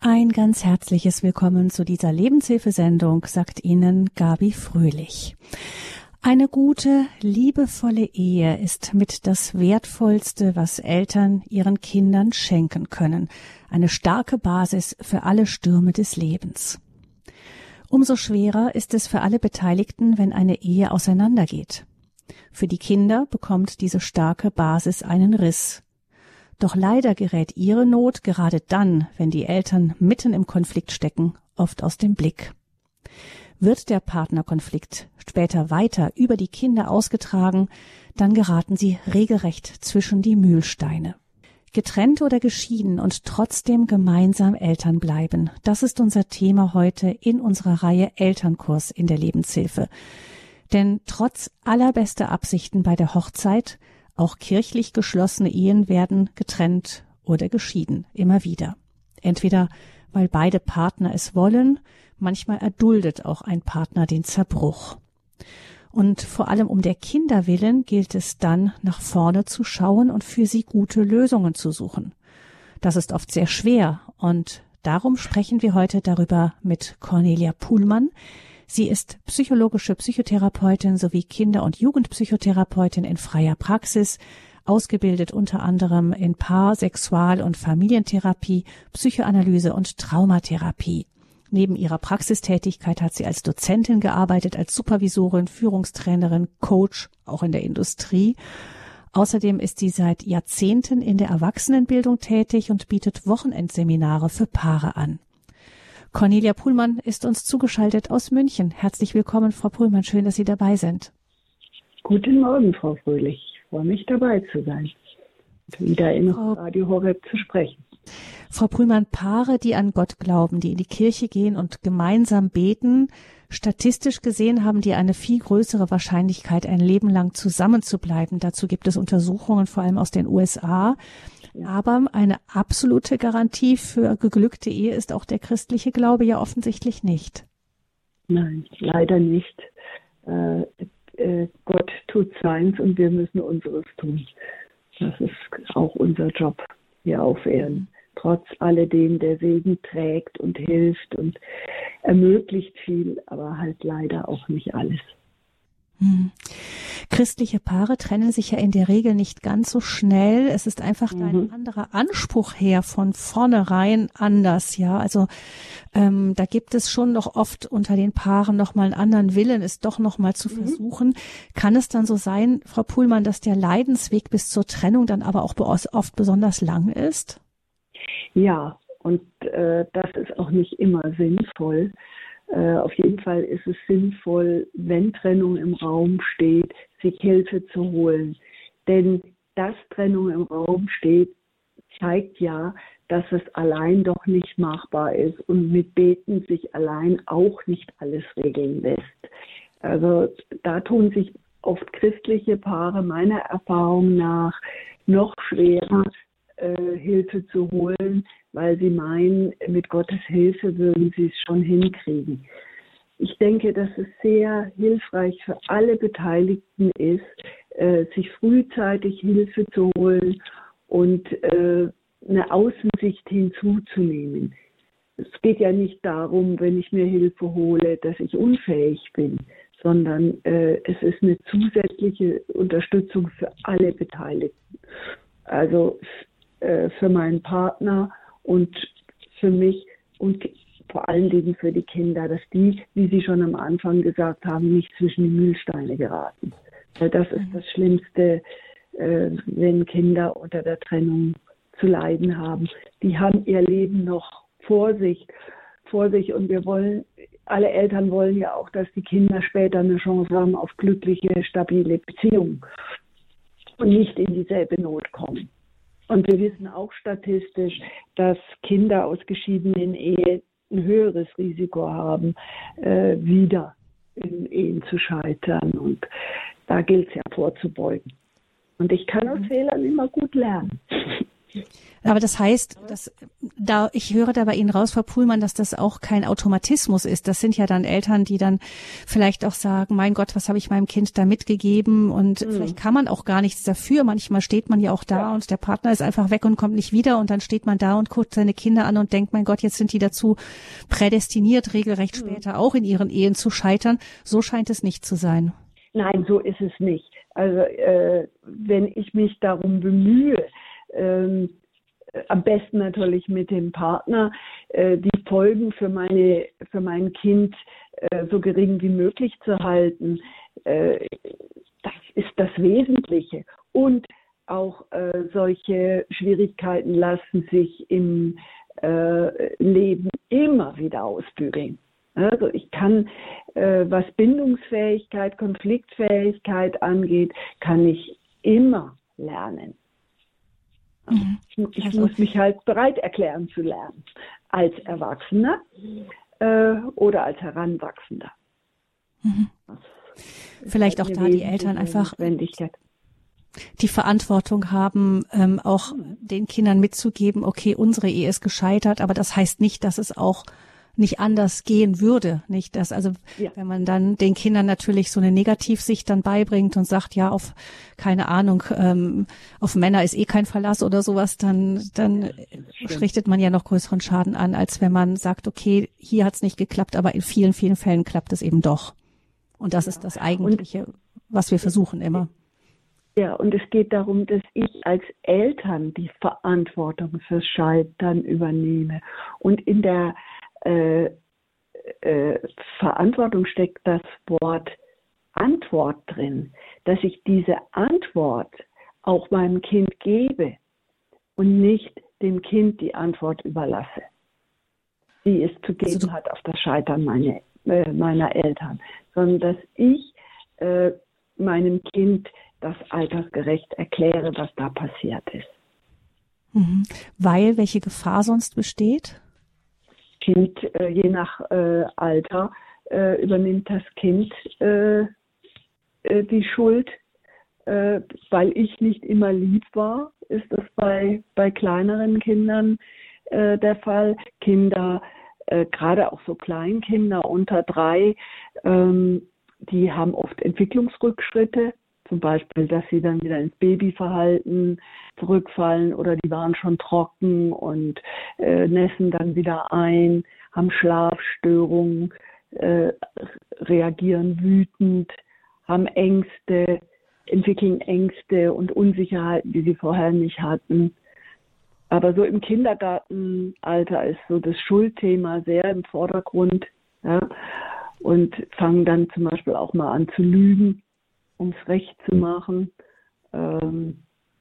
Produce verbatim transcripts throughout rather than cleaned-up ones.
Ein ganz herzliches Willkommen zu dieser Lebenshilfesendung, sagt Ihnen Gabi Fröhlich. Eine gute, liebevolle Ehe ist mit das Wertvollste, was Eltern ihren Kindern schenken können. Eine starke Basis für alle Stürme des Lebens. Umso schwerer ist es für alle Beteiligten, wenn eine Ehe auseinandergeht. Für die Kinder bekommt diese starke Basis einen Riss. Doch leider gerät ihre Not gerade dann, wenn die Eltern mitten im Konflikt stecken, oft aus dem Blick. Wird der Partnerkonflikt später weiter über die Kinder ausgetragen, dann geraten sie regelrecht zwischen die Mühlsteine. Getrennt oder geschieden und trotzdem gemeinsam Eltern bleiben, das ist unser Thema heute in unserer Reihe Elternkurs in der Lebenshilfe. Denn trotz allerbester Absichten bei der Hochzeit, auch kirchlich geschlossene Ehen werden getrennt oder geschieden, immer wieder. Entweder weil beide Partner es wollen, manchmal erduldet auch ein Partner den Zerbruch. Und vor allem um der Kinder willen gilt es dann, nach vorne zu schauen und für sie gute Lösungen zu suchen. Das ist oft sehr schwer und darum sprechen wir heute darüber mit Cornelia Puhlmann. Sie ist psychologische Psychotherapeutin sowie Kinder- und Jugendpsychotherapeutin in freier Praxis, ausgebildet unter anderem in Paar-, Sexual- und Familientherapie, Psychoanalyse und Traumatherapie. Neben ihrer Praxistätigkeit hat sie als Dozentin gearbeitet, als Supervisorin, Führungstrainerin, Coach, auch in der Industrie. Außerdem ist sie seit Jahrzehnten in der Erwachsenenbildung tätig und bietet Wochenendseminare für Paare an. Cornelia Puhlmann ist uns zugeschaltet aus München. Herzlich willkommen, Frau Puhlmann. Schön, dass Sie dabei sind. Guten Morgen, Frau Fröhlich. Ich freue mich, dabei zu sein und wieder in Frau, Radio Horeb zu sprechen. Frau Puhlmann, Paare, die an Gott glauben, die in die Kirche gehen und gemeinsam beten, statistisch gesehen haben die eine viel größere Wahrscheinlichkeit, ein Leben lang zusammenzubleiben. Dazu gibt es Untersuchungen, vor allem aus den U S A. Aber eine absolute Garantie für geglückte Ehe ist auch der christliche Glaube ja offensichtlich nicht. Nein, leider nicht. Äh, äh, Gott tut seins und wir müssen unseres tun. Das ist auch unser Job hier auf Erden. Trotz alledem der Segen trägt und hilft und ermöglicht viel, aber halt leider auch nicht alles. Hm. Christliche Paare trennen sich ja in der Regel nicht ganz so schnell. Es ist einfach mhm. ein anderer Anspruch her, von vornherein anders, ja. Also ähm, da gibt es schon noch oft unter den Paaren noch mal einen anderen Willen, es doch noch mal zu mhm. versuchen. Kann es dann so sein, Frau Puhlmann, dass der Leidensweg bis zur Trennung dann aber auch oft besonders lang ist? Ja, und äh, das ist auch nicht immer sinnvoll. Uh, auf jeden Fall ist es sinnvoll, wenn Trennung im Raum steht, sich Hilfe zu holen. Denn dass Trennung im Raum steht, zeigt ja, dass es allein doch nicht machbar ist und mit Beten sich allein auch nicht alles regeln lässt. Also da tun sich oft christliche Paare meiner Erfahrung nach noch schwerer, äh, Hilfe zu holen, weil sie meinen, mit Gottes Hilfe würden sie es schon hinkriegen. Ich denke, dass es sehr hilfreich für alle Beteiligten ist, äh, sich frühzeitig Hilfe zu holen und äh, eine Außensicht hinzuzunehmen. Es geht ja nicht darum, wenn ich mir Hilfe hole, dass ich unfähig bin, sondern äh, es ist eine zusätzliche Unterstützung für alle Beteiligten. Also äh, für meinen Partner und für mich und vor allen Dingen für die Kinder, dass die, wie Sie schon am Anfang gesagt haben, nicht zwischen die Mühlsteine geraten. Weil das ist das Schlimmste, äh, wenn Kinder unter der Trennung zu leiden haben. Die haben ihr Leben noch vor sich, vor sich und wir wollen, alle Eltern wollen ja auch, dass die Kinder später eine Chance haben auf glückliche, stabile Beziehungen und nicht in dieselbe Not kommen. Und wir wissen auch statistisch, dass Kinder aus geschiedenen Ehen ein höheres Risiko haben, äh, wieder in Ehen zu scheitern. Und da gilt es ja vorzubeugen. Und ich kann aus Fehlern immer gut lernen. Aber das heißt, dass da ich höre da bei Ihnen raus, Frau Puhlmann, dass das auch kein Automatismus ist. Das sind ja dann Eltern, die dann vielleicht auch sagen, mein Gott, was habe ich meinem Kind da mitgegeben? Und mhm. vielleicht kann man auch gar nichts dafür. Manchmal steht man ja auch da ja. und der Partner ist einfach weg und kommt nicht wieder und dann steht man da und guckt seine Kinder an und denkt, mein Gott, jetzt sind die dazu prädestiniert, regelrecht mhm. später auch in ihren Ehen zu scheitern. So scheint es nicht zu sein. Nein, so ist es nicht. Also äh, wenn ich mich darum bemühe, ähm, am besten natürlich mit dem Partner, äh, die Folgen für meine, für mein Kind äh, so gering wie möglich zu halten. Äh, das ist das Wesentliche. Und auch äh, solche Schwierigkeiten lassen sich im äh, Leben immer wieder ausbügeln. Also ich kann, äh, was Bindungsfähigkeit, Konfliktfähigkeit angeht, kann ich immer lernen. Ich also, muss mich halt bereit erklären zu lernen, als Erwachsener äh, oder als Heranwachsender. Mhm. Vielleicht auch da die Eltern einfach die Verantwortung haben, ähm, auch den Kindern mitzugeben, okay, unsere Ehe ist gescheitert, aber das heißt nicht, dass es auch nicht anders gehen würde, nicht das, also ja. wenn man dann den Kindern natürlich so eine Negativsicht dann beibringt und sagt, ja, auf, keine Ahnung, ähm, auf Männer ist eh kein Verlass oder sowas, dann, dann ja, richtet man ja noch größeren Schaden an, als wenn man sagt, okay, hier hat's nicht geklappt, aber in vielen, vielen Fällen klappt es eben doch. Und das ja. ist das Eigentliche, und, was wir versuchen immer. Ja, und es geht darum, dass ich als Eltern die Verantwortung fürs Scheitern übernehme. Und in der Äh, äh, Verantwortung steckt das Wort Antwort drin, dass ich diese Antwort auch meinem Kind gebe und nicht dem Kind die Antwort überlasse, die es zu geben also hat auf das Scheitern meine, äh, meiner Eltern, sondern dass ich äh, meinem Kind das altersgerecht erkläre, was da passiert ist. Mhm. Weil welche Gefahr sonst besteht? Kind, äh, je nach äh, Alter, äh, übernimmt das Kind äh, äh, die Schuld. Äh, weil ich nicht immer lieb war, ist das bei, bei kleineren Kindern äh, der Fall. Kinder, äh, gerade auch so Kleinkinder unter drei, ähm, die haben oft Entwicklungsrückschritte. Zum Beispiel, dass sie dann wieder ins Babyverhalten zurückfallen oder die waren schon trocken und äh, nässen dann wieder ein, haben Schlafstörungen, äh, reagieren wütend, haben Ängste, entwickeln Ängste und Unsicherheiten, die sie vorher nicht hatten. Aber so im Kindergartenalter ist so das Schuldthema sehr im Vordergrund, ja, und fangen dann zum Beispiel auch mal an zu lügen, um es recht zu machen, ähm,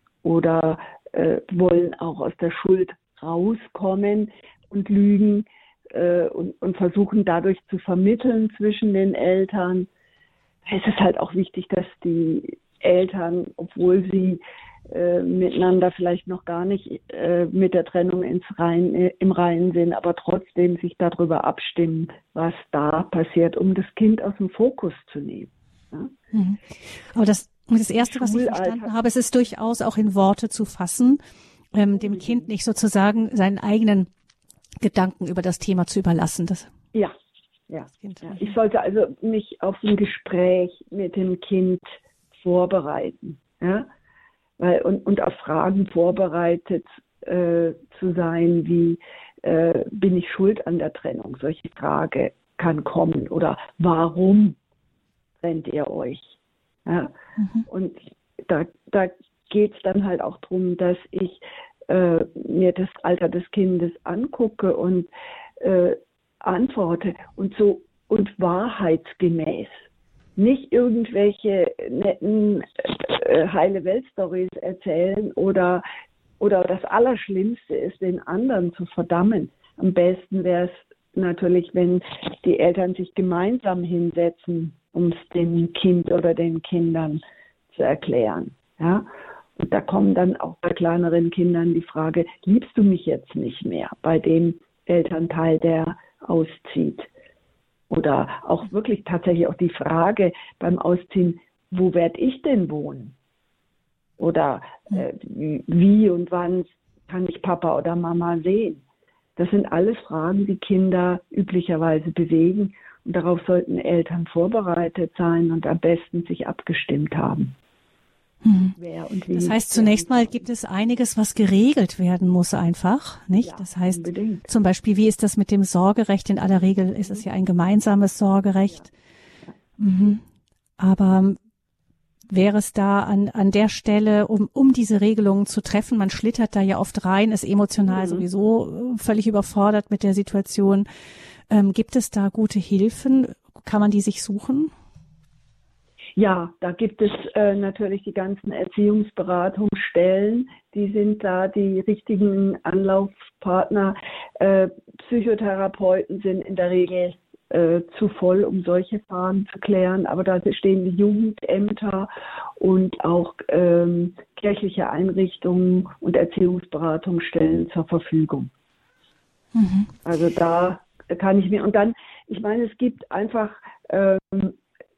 oder äh, wollen auch aus der Schuld rauskommen und lügen äh, und, und versuchen dadurch zu vermitteln zwischen den Eltern. Es ist halt auch wichtig, dass die Eltern, obwohl sie äh, miteinander vielleicht noch gar nicht äh, mit der Trennung ins Rein, äh, im Reinen sind, aber trotzdem sich darüber abstimmen, was da passiert, um das Kind aus dem Fokus zu nehmen. Ja? Mhm. Aber das, das Erste, was ich verstanden habe, es ist durchaus auch in Worte zu fassen, ähm, dem Kind nicht sozusagen seinen eigenen Gedanken über das Thema zu überlassen. Das ja, ja. ja. Ich sollte also mich auf ein Gespräch mit dem Kind vorbereiten, ja, weil und, und auf Fragen vorbereitet äh, zu sein, wie äh, bin ich schuld an der Trennung? Solche Frage kann kommen oder warum trennt ihr euch? Ja? Mhm. Und da, da geht es dann halt auch darum, dass ich äh, mir das Alter des Kindes angucke und äh, antworte und so und wahrheitsgemäß. Nicht irgendwelche netten äh, heile Welt-Stories erzählen oder, oder das Allerschlimmste ist, den anderen zu verdammen. Am besten wäre es natürlich, wenn die Eltern sich gemeinsam hinsetzen, um es dem Kind oder den Kindern zu erklären. Ja? Und da kommen dann auch bei kleineren Kindern die Frage, liebst du mich jetzt nicht mehr? Bei dem Elternteil, der auszieht. Oder auch wirklich tatsächlich auch die Frage beim Ausziehen, wo werde ich denn wohnen? Oder äh, wie und wann kann ich Papa oder Mama sehen? Das sind alles Fragen, die Kinder üblicherweise bewegen. Und darauf sollten Eltern vorbereitet sein und am besten sich abgestimmt haben. Hm. Wer und wie. Das heißt, zunächst mal gibt es einiges, was geregelt werden muss einfach, nicht? Ja, das heißt, unbedingt. Zum Beispiel, wie ist das mit dem Sorgerecht? In aller Regel ist es ja ein gemeinsames Sorgerecht. Ja. Ja. Mhm. Aber wäre es da an, an der Stelle, um, um diese Regelungen zu treffen, man schlittert da ja oft rein, ist emotional mhm. sowieso völlig überfordert mit der Situation. Ähm, gibt es da gute Hilfen? Kann man die sich suchen? Ja, da gibt es äh, natürlich die ganzen Erziehungsberatungsstellen, die sind da die richtigen Anlaufpartner. Äh, Psychotherapeuten sind in der Regel äh, zu voll, um solche Fragen zu klären, aber da stehen die Jugendämter und auch ähm, kirchliche Einrichtungen und Erziehungsberatungsstellen zur Verfügung. Mhm. Also da kann ich mir, und dann, ich meine, es gibt einfach ähm,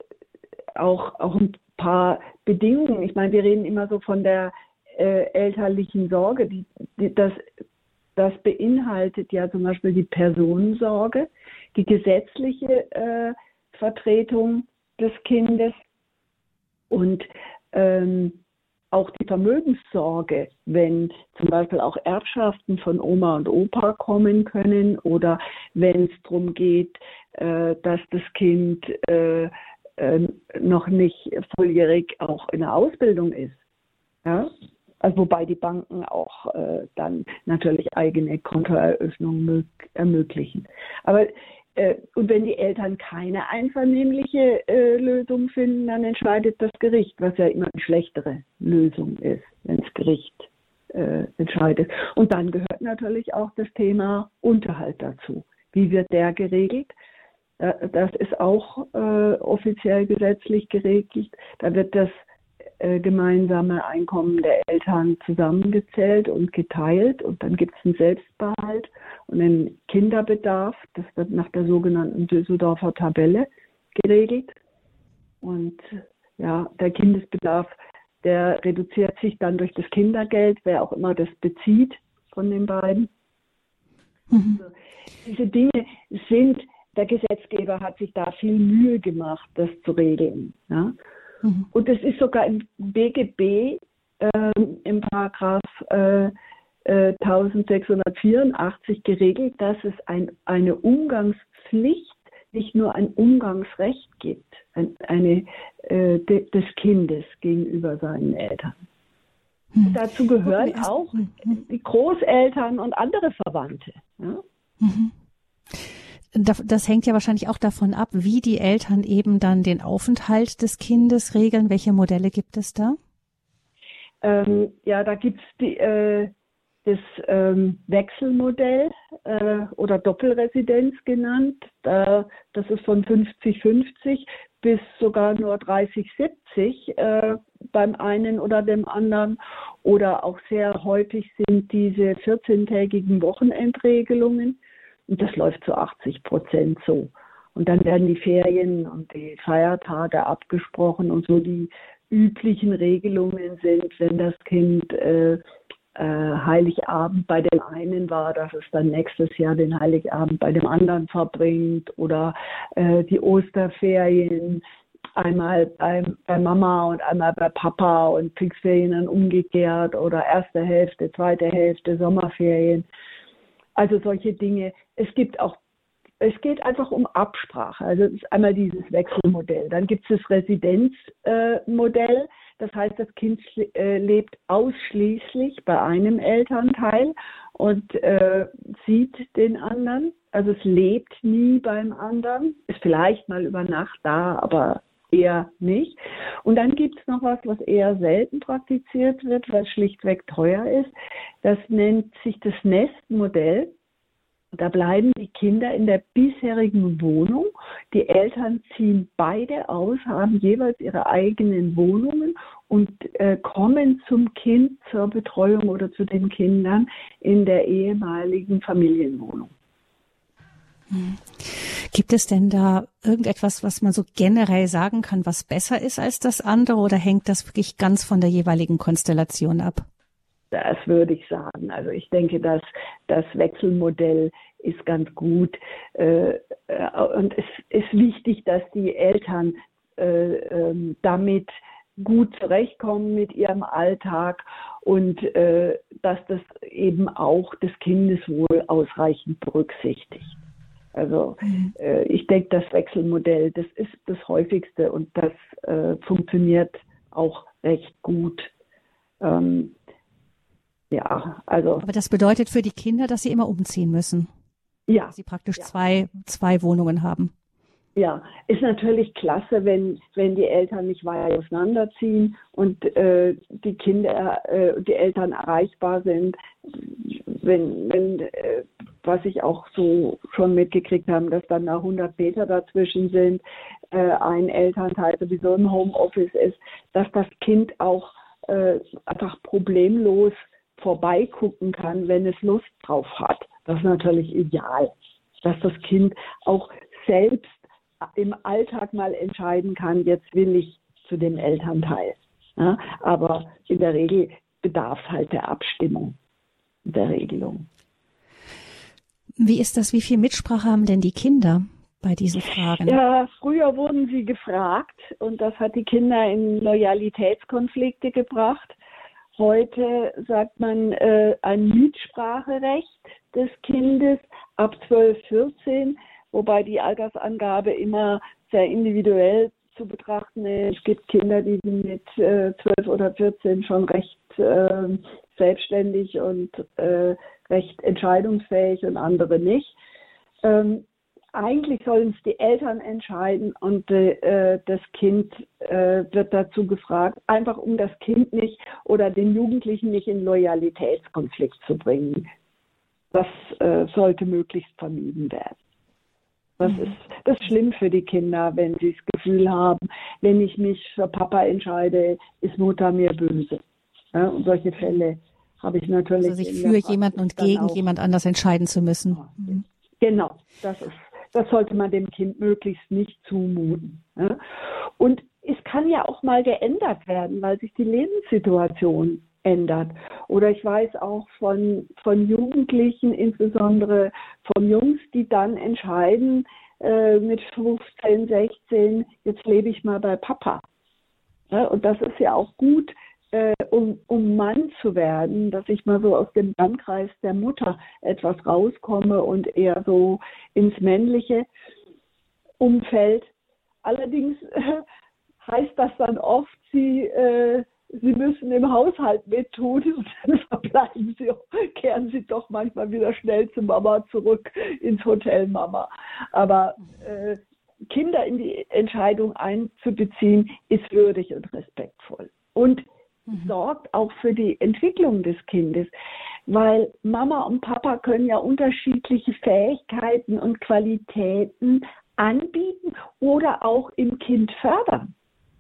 Auch, auch ein paar Bedingungen. Ich meine, wir reden immer so von der äh, elterlichen Sorge. Die, die, das, das beinhaltet ja zum Beispiel die Personensorge, die gesetzliche äh, Vertretung des Kindes und ähm, auch die Vermögenssorge, wenn zum Beispiel auch Erbschaften von Oma und Opa kommen können oder wenn es darum geht, äh, dass das Kind äh, noch nicht volljährig auch in der Ausbildung ist. Ja? Also wobei die Banken auch äh, dann natürlich eigene Kontoeröffnungen mög- ermöglichen. Aber äh, und wenn die Eltern keine einvernehmliche äh, Lösung finden, dann entscheidet das Gericht, was ja immer die schlechtere Lösung ist, wenn das Gericht äh, entscheidet. Und dann gehört natürlich auch das Thema Unterhalt dazu. Wie wird der geregelt? Das ist auch äh, offiziell gesetzlich geregelt. Da wird das äh, gemeinsame Einkommen der Eltern zusammengezählt und geteilt. Und dann gibt es einen Selbstbehalt und einen Kinderbedarf. Das wird nach der sogenannten Düsseldorfer Tabelle geregelt. Und ja, der Kindesbedarf, der reduziert sich dann durch das Kindergeld, wer auch immer das bezieht von den beiden. Mhm. Also, diese Dinge sind... Der Gesetzgeber hat sich da viel Mühe gemacht, das zu regeln. Ja? Mhm. Und es ist sogar im B G B, äh, im Paragraph äh, äh, eintausendsechshundertvierundachtzig geregelt, dass es ein, eine Umgangspflicht, nicht nur ein Umgangsrecht gibt, ein, eine, äh, de, des Kindes gegenüber seinen Eltern. Mhm. Dazu gehören auch die Großeltern und andere Verwandte. Ja? Mhm. Das hängt ja wahrscheinlich auch davon ab, wie die Eltern eben dann den Aufenthalt des Kindes regeln. Welche Modelle gibt es da? Ähm, ja, da gibt es äh, das ähm, Wechselmodell äh, oder Doppelresidenz genannt. Äh, das ist von fünfzig fünfzig bis sogar nur dreißig siebzig äh, beim einen oder dem anderen. Oder auch sehr häufig sind diese vierzehntägigen Wochenendregelungen. Und das läuft zu achtzig Prozent so. Und dann werden die Ferien und die Feiertage abgesprochen und so die üblichen Regelungen sind, wenn das Kind äh, äh, Heiligabend bei dem einen war, dass es dann nächstes Jahr den Heiligabend bei dem anderen verbringt oder äh, die Osterferien einmal bei, bei Mama und einmal bei Papa und Pfingstferien dann umgekehrt oder erste Hälfte, zweite Hälfte, Sommerferien. Also solche Dinge. Es gibt auch, es geht einfach um Absprache. Also es ist einmal dieses Wechselmodell. Dann gibt es das Residenzmodell. Äh, das heißt, das Kind äh, lebt ausschließlich bei einem Elternteil und äh, sieht den anderen. Also es lebt nie beim anderen. Ist vielleicht mal über Nacht da, aber eher nicht. Und dann gibt es noch was, was eher selten praktiziert wird, weil es schlichtweg teuer ist. Das nennt sich das Nestmodell. Da bleiben die Kinder in der bisherigen Wohnung. Die Eltern ziehen beide aus, haben jeweils ihre eigenen Wohnungen und äh, kommen zum Kind zur Betreuung oder zu den Kindern in der ehemaligen Familienwohnung. Gibt es denn da irgendetwas, was man so generell sagen kann, was besser ist als das andere, oder hängt das wirklich ganz von der jeweiligen Konstellation ab? Das würde ich sagen. Also ich denke, dass das Wechselmodell ist ganz gut. Äh, und es ist wichtig, dass die Eltern äh, äh, damit gut zurechtkommen mit ihrem Alltag und äh, dass das eben auch das Kindeswohl ausreichend berücksichtigt. Also mhm. äh, ich denke, das Wechselmodell, das ist das häufigste und das äh, funktioniert auch recht gut. Ähm, ja, also. Aber das bedeutet für die Kinder, dass sie immer umziehen müssen. Ja. Dass sie praktisch ja. zwei, zwei Wohnungen haben. Ja, ist natürlich klasse, wenn, wenn die Eltern nicht weit auseinanderziehen und äh, die Kinder, äh, die Eltern erreichbar sind. Wenn, wenn äh, was ich auch so schon mitgekriegt habe, dass dann da hundert Meter dazwischen sind, äh, ein Elternteil sowieso im Homeoffice ist, dass das Kind auch äh, einfach problemlos vorbeigucken kann, wenn es Lust drauf hat. Das ist natürlich ideal, dass das Kind auch selbst im Alltag mal entscheiden kann, jetzt will ich zu dem Elternteil. Ja, aber in der Regel bedarf es halt der Abstimmung, der Regelung. Wie ist das? Wie viel Mitsprache haben denn die Kinder bei diesen Fragen? Ja, früher wurden sie gefragt und das hat die Kinder in Loyalitätskonflikte gebracht. Heute sagt man äh, ein Mitspracherecht des Kindes ab zwölf, vierzehn. Wobei die Altersangabe immer sehr individuell zu betrachten ist. Es gibt Kinder, die sind mit äh, zwölf oder vierzehn schon recht äh, selbstständig und äh, recht entscheidungsfähig und andere nicht. Ähm, eigentlich sollen es die Eltern entscheiden und äh, das Kind äh, wird dazu gefragt, einfach um das Kind nicht oder den Jugendlichen nicht in Loyalitätskonflikt zu bringen. Das äh, sollte möglichst vermieden werden. Das ist, das ist schlimm für die Kinder, wenn sie das Gefühl haben, wenn ich mich für Papa entscheide, ist Mutter mir böse. Ja, und solche Fälle habe ich natürlich. Also sich für jemanden und gegen auch. jemand anders entscheiden zu müssen. Mhm. Genau, das ist, das sollte man dem Kind möglichst nicht zumuten. Ja. Und es kann ja auch mal geändert werden, weil sich die Lebenssituation ändert. Oder ich weiß auch von, von Jugendlichen, insbesondere von Jungs, die dann entscheiden, äh, mit fünfzehn, sechzehn, jetzt lebe ich mal bei Papa. Ja, und das ist ja auch gut, äh, um, um Mann zu werden, dass ich mal so aus dem Bannkreis der Mutter etwas rauskomme und eher so ins männliche Umfeld. Allerdings äh, heißt das dann oft, sie äh, Sie müssen im Haushalt mittun und dann verbleiben Sie, kehren Sie doch manchmal wieder schnell zu Mama zurück ins Hotel Mama. Aber äh, Kinder in die Entscheidung einzubeziehen, ist würdig und respektvoll und mhm. sorgt auch für die Entwicklung des Kindes, weil Mama und Papa können ja unterschiedliche Fähigkeiten und Qualitäten anbieten oder auch im Kind fördern.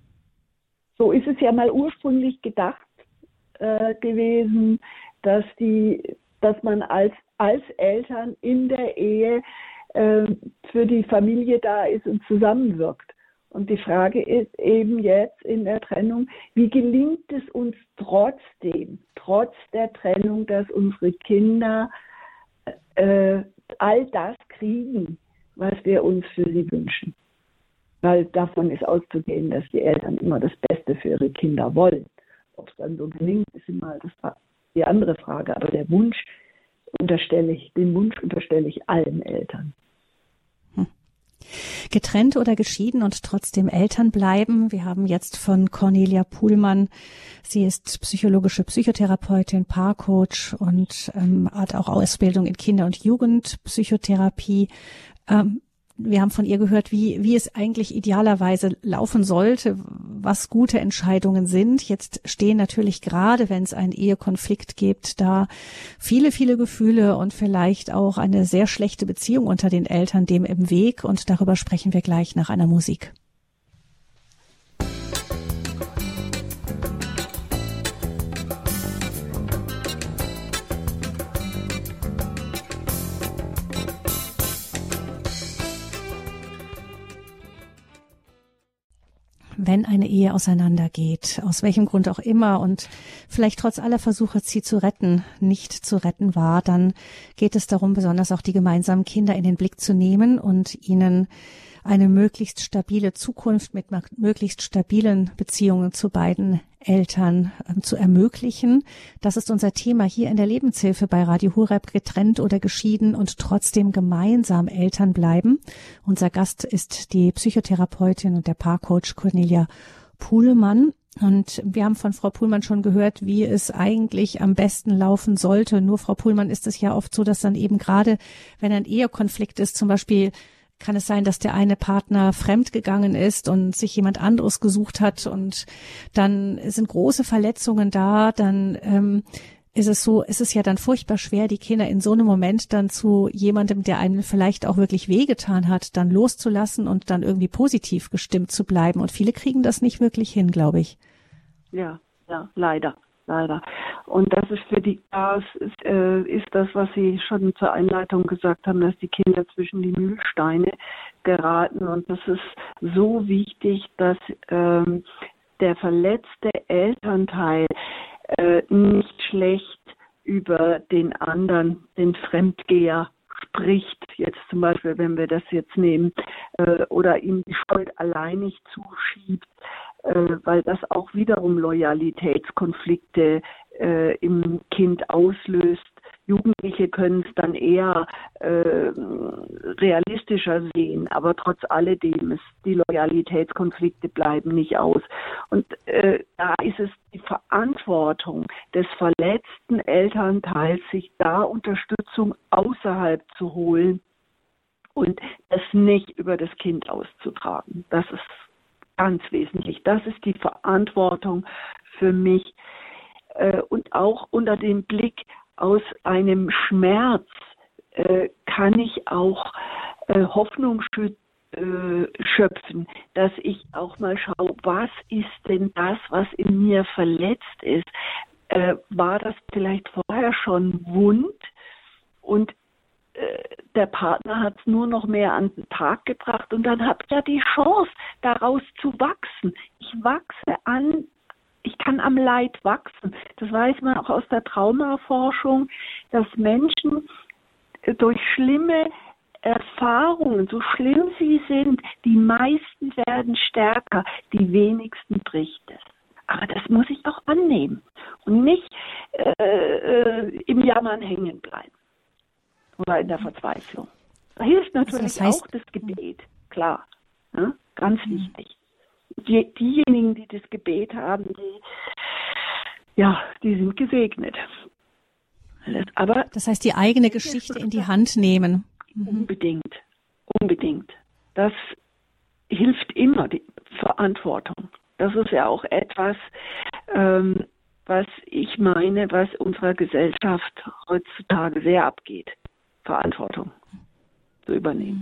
So ist es ja mal ursprünglich gedacht äh, gewesen, dass die, dass man als, als Eltern in der Ehe äh, für die Familie da ist und zusammenwirkt. Und die Frage ist eben jetzt in der Trennung, wie gelingt es uns trotzdem, trotz der Trennung, dass unsere Kinder äh, all das kriegen, was wir uns für sie wünschen. Weil davon ist auszugehen, dass die Eltern immer das Beste für ihre Kinder wollen. Ob es dann so gelingt, ist immer das, die andere Frage. Aber der Wunsch unterstelle ich, den Wunsch unterstelle ich allen Eltern. Hm. Getrennt oder geschieden und trotzdem Eltern bleiben. Wir haben jetzt von Cornelia Puhlmann. Sie ist psychologische Psychotherapeutin, Paarcoach und ähm, hat auch Ausbildung in Kinder- und Jugendpsychotherapie. Ähm, Wir haben von ihr gehört, wie, wie es eigentlich idealerweise laufen sollte, was gute Entscheidungen sind. Jetzt stehen natürlich gerade, wenn es einen Ehekonflikt gibt, da viele, viele Gefühle und vielleicht auch eine sehr schlechte Beziehung unter den Eltern dem im Weg. Und darüber sprechen wir gleich nach einer Musik. wenn eine Ehe auseinandergeht, aus welchem Grund auch immer und vielleicht trotz aller Versuche, sie zu retten, nicht zu retten war, dann geht es darum, besonders auch die gemeinsamen Kinder in den Blick zu nehmen und ihnen eine möglichst stabile Zukunft mit möglichst stabilen Beziehungen zu beiden Eltern äh, zu ermöglichen. Das ist unser Thema hier in der Lebenshilfe bei Radio Horeb, getrennt oder geschieden und trotzdem gemeinsam Eltern bleiben. Unser Gast ist die Psychotherapeutin und der Paarcoach Cornelia Puhlmann. Und wir haben von Frau Puhlmann schon gehört, wie es eigentlich am besten laufen sollte. Nur, Frau Puhlmann, ist es ja oft so, dass dann eben gerade, wenn ein Ehekonflikt ist, zum Beispiel kann es sein, dass der eine Partner fremdgegangen ist und sich jemand anderes gesucht hat und dann sind große Verletzungen da, dann ähm, ist es so, ist es ja dann furchtbar schwer, die Kinder in so einem Moment dann zu jemandem, der einem vielleicht auch wirklich wehgetan hat, dann loszulassen und dann irgendwie positiv gestimmt zu bleiben. Und viele kriegen das nicht wirklich hin, glaube ich. Ja, ja, leider. Leider. Und das ist für die, das ist, äh, ist das, was Sie schon zur Einleitung gesagt haben, dass die Kinder zwischen die Mühlsteine geraten. Und das ist so wichtig, dass ähm, der verletzte Elternteil äh, nicht schlecht über den anderen, den Fremdgeher, spricht, jetzt zum Beispiel, wenn wir das jetzt nehmen, äh, oder ihm die Schuld alleinig zuschiebt, äh, weil das auch wiederum Loyalitätskonflikte äh, im Kind auslöst. Jugendliche können es dann eher äh, realistischer sehen, aber trotz alledem, ist, die Loyalitätskonflikte bleiben nicht aus. Und äh, da ist es die Verantwortung des verletzten Elternteils, sich da Unterstützung außerhalb zu holen und es nicht über das Kind auszutragen. Das ist ganz wesentlich. Das ist die Verantwortung für mich. Äh, und auch unter dem Blick aus einem Schmerz äh, kann ich auch äh, Hoffnung schü- äh, schöpfen, dass ich auch mal schaue, was ist denn das, was in mir verletzt ist? Äh, war das vielleicht vorher schon wund und äh, der Partner hat es nur noch mehr an den Tag gebracht und dann habe ich ja die Chance, daraus zu wachsen. Ich wachse an Ich kann am Leid wachsen. Das weiß man auch aus der Traumaforschung, dass Menschen durch schlimme Erfahrungen, so schlimm sie sind, die meisten werden stärker, die wenigsten bricht es. Aber das muss ich auch annehmen und nicht äh, im Jammern hängen bleiben oder in der Verzweiflung. Da hilft natürlich also das heißt, auch das Gebet, klar, ja, ganz wichtig. Die, diejenigen, die das Gebet haben, die, ja, die sind gesegnet. Aber das heißt, die eigene Geschichte in die Hand nehmen. Unbedingt, unbedingt. Das hilft immer, die Verantwortung. Das ist ja auch etwas, ähm, was ich meine, was unserer Gesellschaft heutzutage sehr abgeht. Verantwortung zu übernehmen.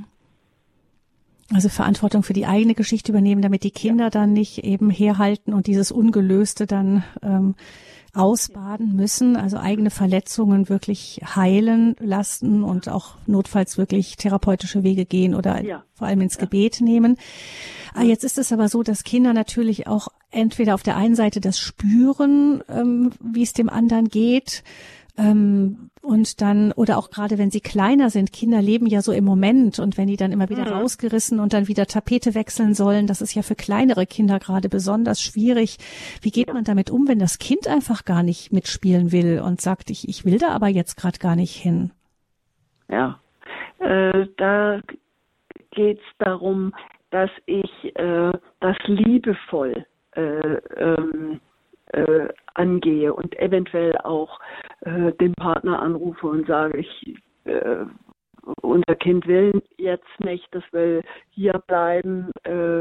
Also Verantwortung für die eigene Geschichte übernehmen, damit die Kinder dann nicht eben herhalten und dieses Ungelöste dann ähm, ausbaden müssen, also eigene Verletzungen wirklich heilen lassen und auch notfalls wirklich therapeutische Wege gehen oder ja. vor allem ins ja. Gebet nehmen. Ah, jetzt ist es aber so, dass Kinder natürlich auch entweder auf der einen Seite das spüren, ähm, wie es dem anderen geht, ähm, und dann, oder auch gerade wenn sie kleiner sind, Kinder leben ja so im Moment und wenn die dann immer wieder mhm. rausgerissen und dann wieder Tapete wechseln sollen, das ist ja für kleinere Kinder gerade besonders schwierig. Wie geht man damit um, wenn das Kind einfach gar nicht mitspielen will und sagt, ich, ich will da aber jetzt gerade gar nicht hin? Ja, äh, da geht es darum, dass ich äh, das liebevoll äh, ähm, äh, angehe und eventuell auch äh, den Partner anrufe und sage, ich, äh, unser Kind will jetzt nicht, das will hier bleiben. Äh,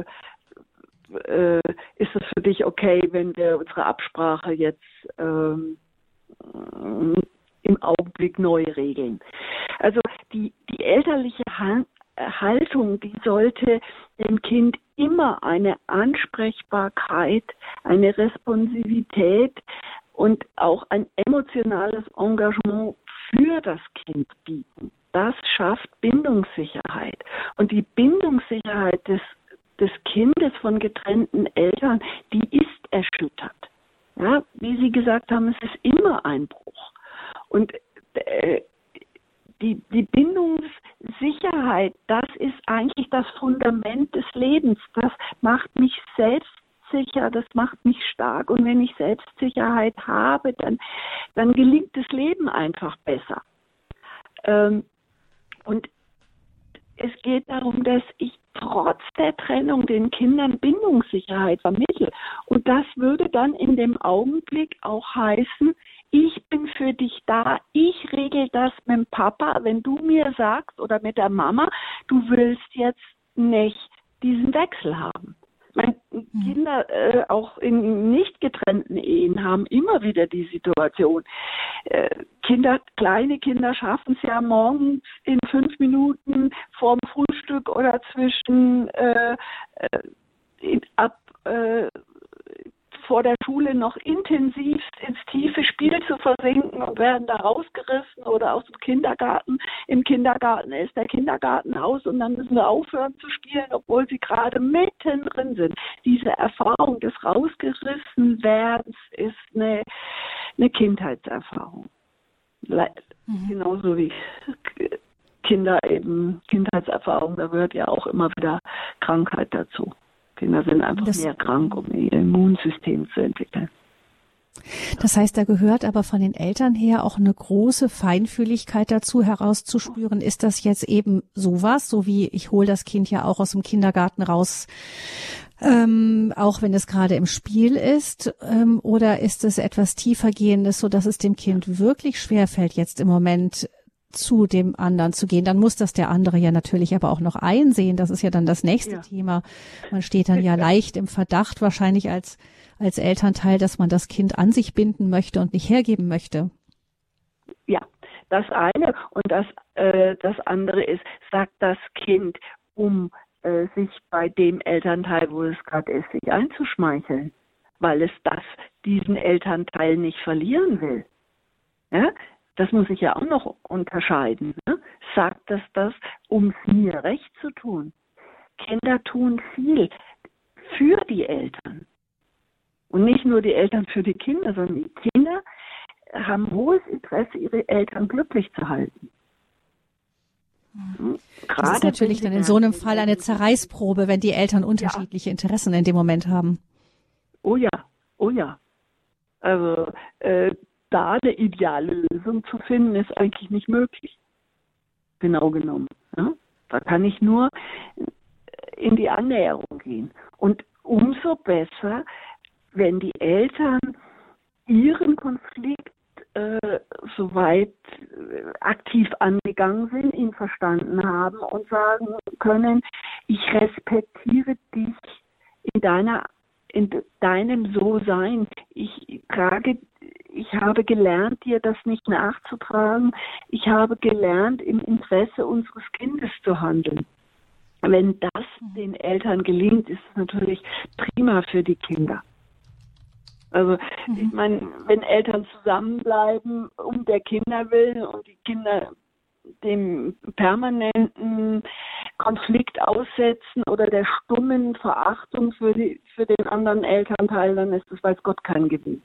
äh, ist es für dich okay, wenn wir unsere Absprache jetzt ähm, im Augenblick neu regeln? Also die, die elterliche Hand Haltung, die sollte dem Kind immer eine Ansprechbarkeit, eine Responsivität und auch ein emotionales Engagement für das Kind bieten. Das schafft Bindungssicherheit. Und die Bindungssicherheit des des Kindes von getrennten Eltern, die ist erschüttert. Ja, wie Sie gesagt haben, es ist immer ein Bruch. Und äh, die, die Bindungssicherheit, das ist eigentlich das Fundament des Lebens. Das macht mich selbstsicher, das macht mich stark. Und wenn ich Selbstsicherheit habe, dann, dann gelingt das Leben einfach besser. Ähm, und es geht darum, dass ich trotz der Trennung den Kindern Bindungssicherheit vermittle. Und das würde dann in dem Augenblick auch heißen, ich bin für dich da, ich regel das mit dem Papa, wenn du mir sagst oder mit der Mama, du willst jetzt nicht diesen Wechsel haben. Meine Kinder, äh, auch in nicht getrennten Ehen, haben immer wieder die Situation. Äh, Kinder, kleine Kinder schaffen es ja morgens in fünf Minuten vorm Frühstück oder zwischen äh, äh, in, ab äh, vor der Schule noch intensivst ins tiefe Spiel zu versinken und werden da rausgerissen oder aus dem Kindergarten. Im Kindergarten ist der Kindergarten aus und dann müssen wir aufhören zu spielen, obwohl sie gerade mittendrin sind. Diese Erfahrung des Rausgerissenwerdens ist eine, eine Kindheitserfahrung. Le- mhm. Genauso wie Kinder eben, Kindheitserfahrung, da gehört ja auch immer wieder Krankheit dazu. Kinder sind einfach das, mehr krank, um ihr Immunsystem zu entwickeln. Das heißt, da gehört aber von den Eltern her auch eine große Feinfühligkeit dazu, herauszuspüren, ist das jetzt eben sowas, so wie ich hole das Kind ja auch aus dem Kindergarten raus, ähm, auch wenn es gerade im Spiel ist, ähm, oder ist es etwas tiefergehendes, so dass es dem Kind wirklich schwerfällt, jetzt im Moment zu dem anderen zu gehen, dann muss das der andere ja natürlich aber auch noch einsehen. Das ist ja dann das nächste ja. Thema. Man steht dann ja leicht im Verdacht, wahrscheinlich als, als Elternteil, dass man das Kind an sich binden möchte und nicht hergeben möchte. Ja, das eine. Und das, äh, das andere ist, sagt das Kind, um äh, sich bei dem Elternteil, wo es gerade ist, sich einzuschmeicheln, weil es das, diesen Elternteil nicht verlieren will. Ja? Das muss ich ja auch noch unterscheiden. Ne? Sagt es das, um es mir recht zu tun? Kinder tun viel für die Eltern. Und nicht nur die Eltern für die Kinder, sondern die Kinder haben hohes Interesse, ihre Eltern glücklich zu halten. Hm? Das ist natürlich dann in so einem Fall eine Zerreißprobe, wenn die Eltern unterschiedliche ja. Interessen in dem Moment haben. Oh ja, oh ja. Also, äh, da eine ideale Lösung zu finden, ist eigentlich nicht möglich. Genau genommen. Ja? Da kann ich nur in die Annäherung gehen. Und umso besser, wenn die Eltern ihren Konflikt äh, soweit äh, aktiv angegangen sind, ihn verstanden haben und sagen können, ich respektiere dich in deiner in deinem So-Sein. Ich trage, ich habe gelernt, dir das nicht nachzutragen. Ich habe gelernt, im Interesse unseres Kindes zu handeln. Wenn das den Eltern gelingt, ist es natürlich prima für die Kinder. Also, mhm. ich meine, wenn Eltern zusammenbleiben um der Kinder willen und die Kinder dem permanenten Konflikt aussetzen oder der stummen Verachtung für die für den anderen Elternteil, dann ist das weiß Gott kein Gewinn.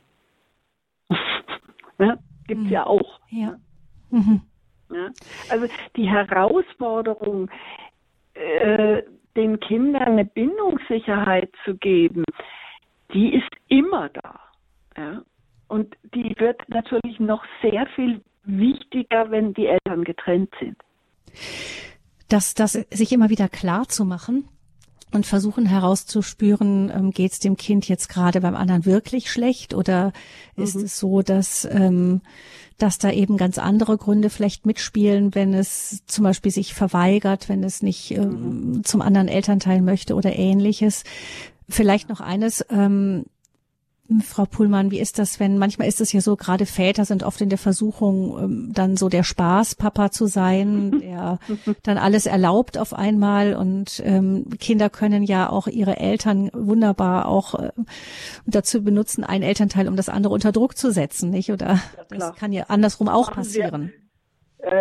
Ja, gibt's mhm. ja auch. Ja. Mhm. Ja, also die Herausforderung, äh, den Kindern eine Bindungssicherheit zu geben, die ist immer da. Ja? Und die wird natürlich noch sehr viel wichtiger, wenn die Eltern getrennt sind. Das, das sich immer wieder klar zu machen und versuchen herauszuspüren, ähm, geht es dem Kind jetzt gerade beim anderen wirklich schlecht oder mhm. ist es so, dass ähm, dass da eben ganz andere Gründe vielleicht mitspielen, wenn es zum Beispiel sich verweigert, wenn es nicht ähm, mhm. zum anderen Elternteil möchte oder Ähnliches. Vielleicht noch eines, ähm, Frau Puhlmann, wie ist das, wenn, manchmal ist es ja so, gerade Väter sind oft in der Versuchung, dann so der Spaßpapa zu sein, der dann alles erlaubt auf einmal und ähm, Kinder können ja auch ihre Eltern wunderbar auch äh, dazu benutzen, einen Elternteil, um das andere unter Druck zu setzen, nicht? Oder ja, das kann ja andersrum auch Machen passieren. Wir, äh,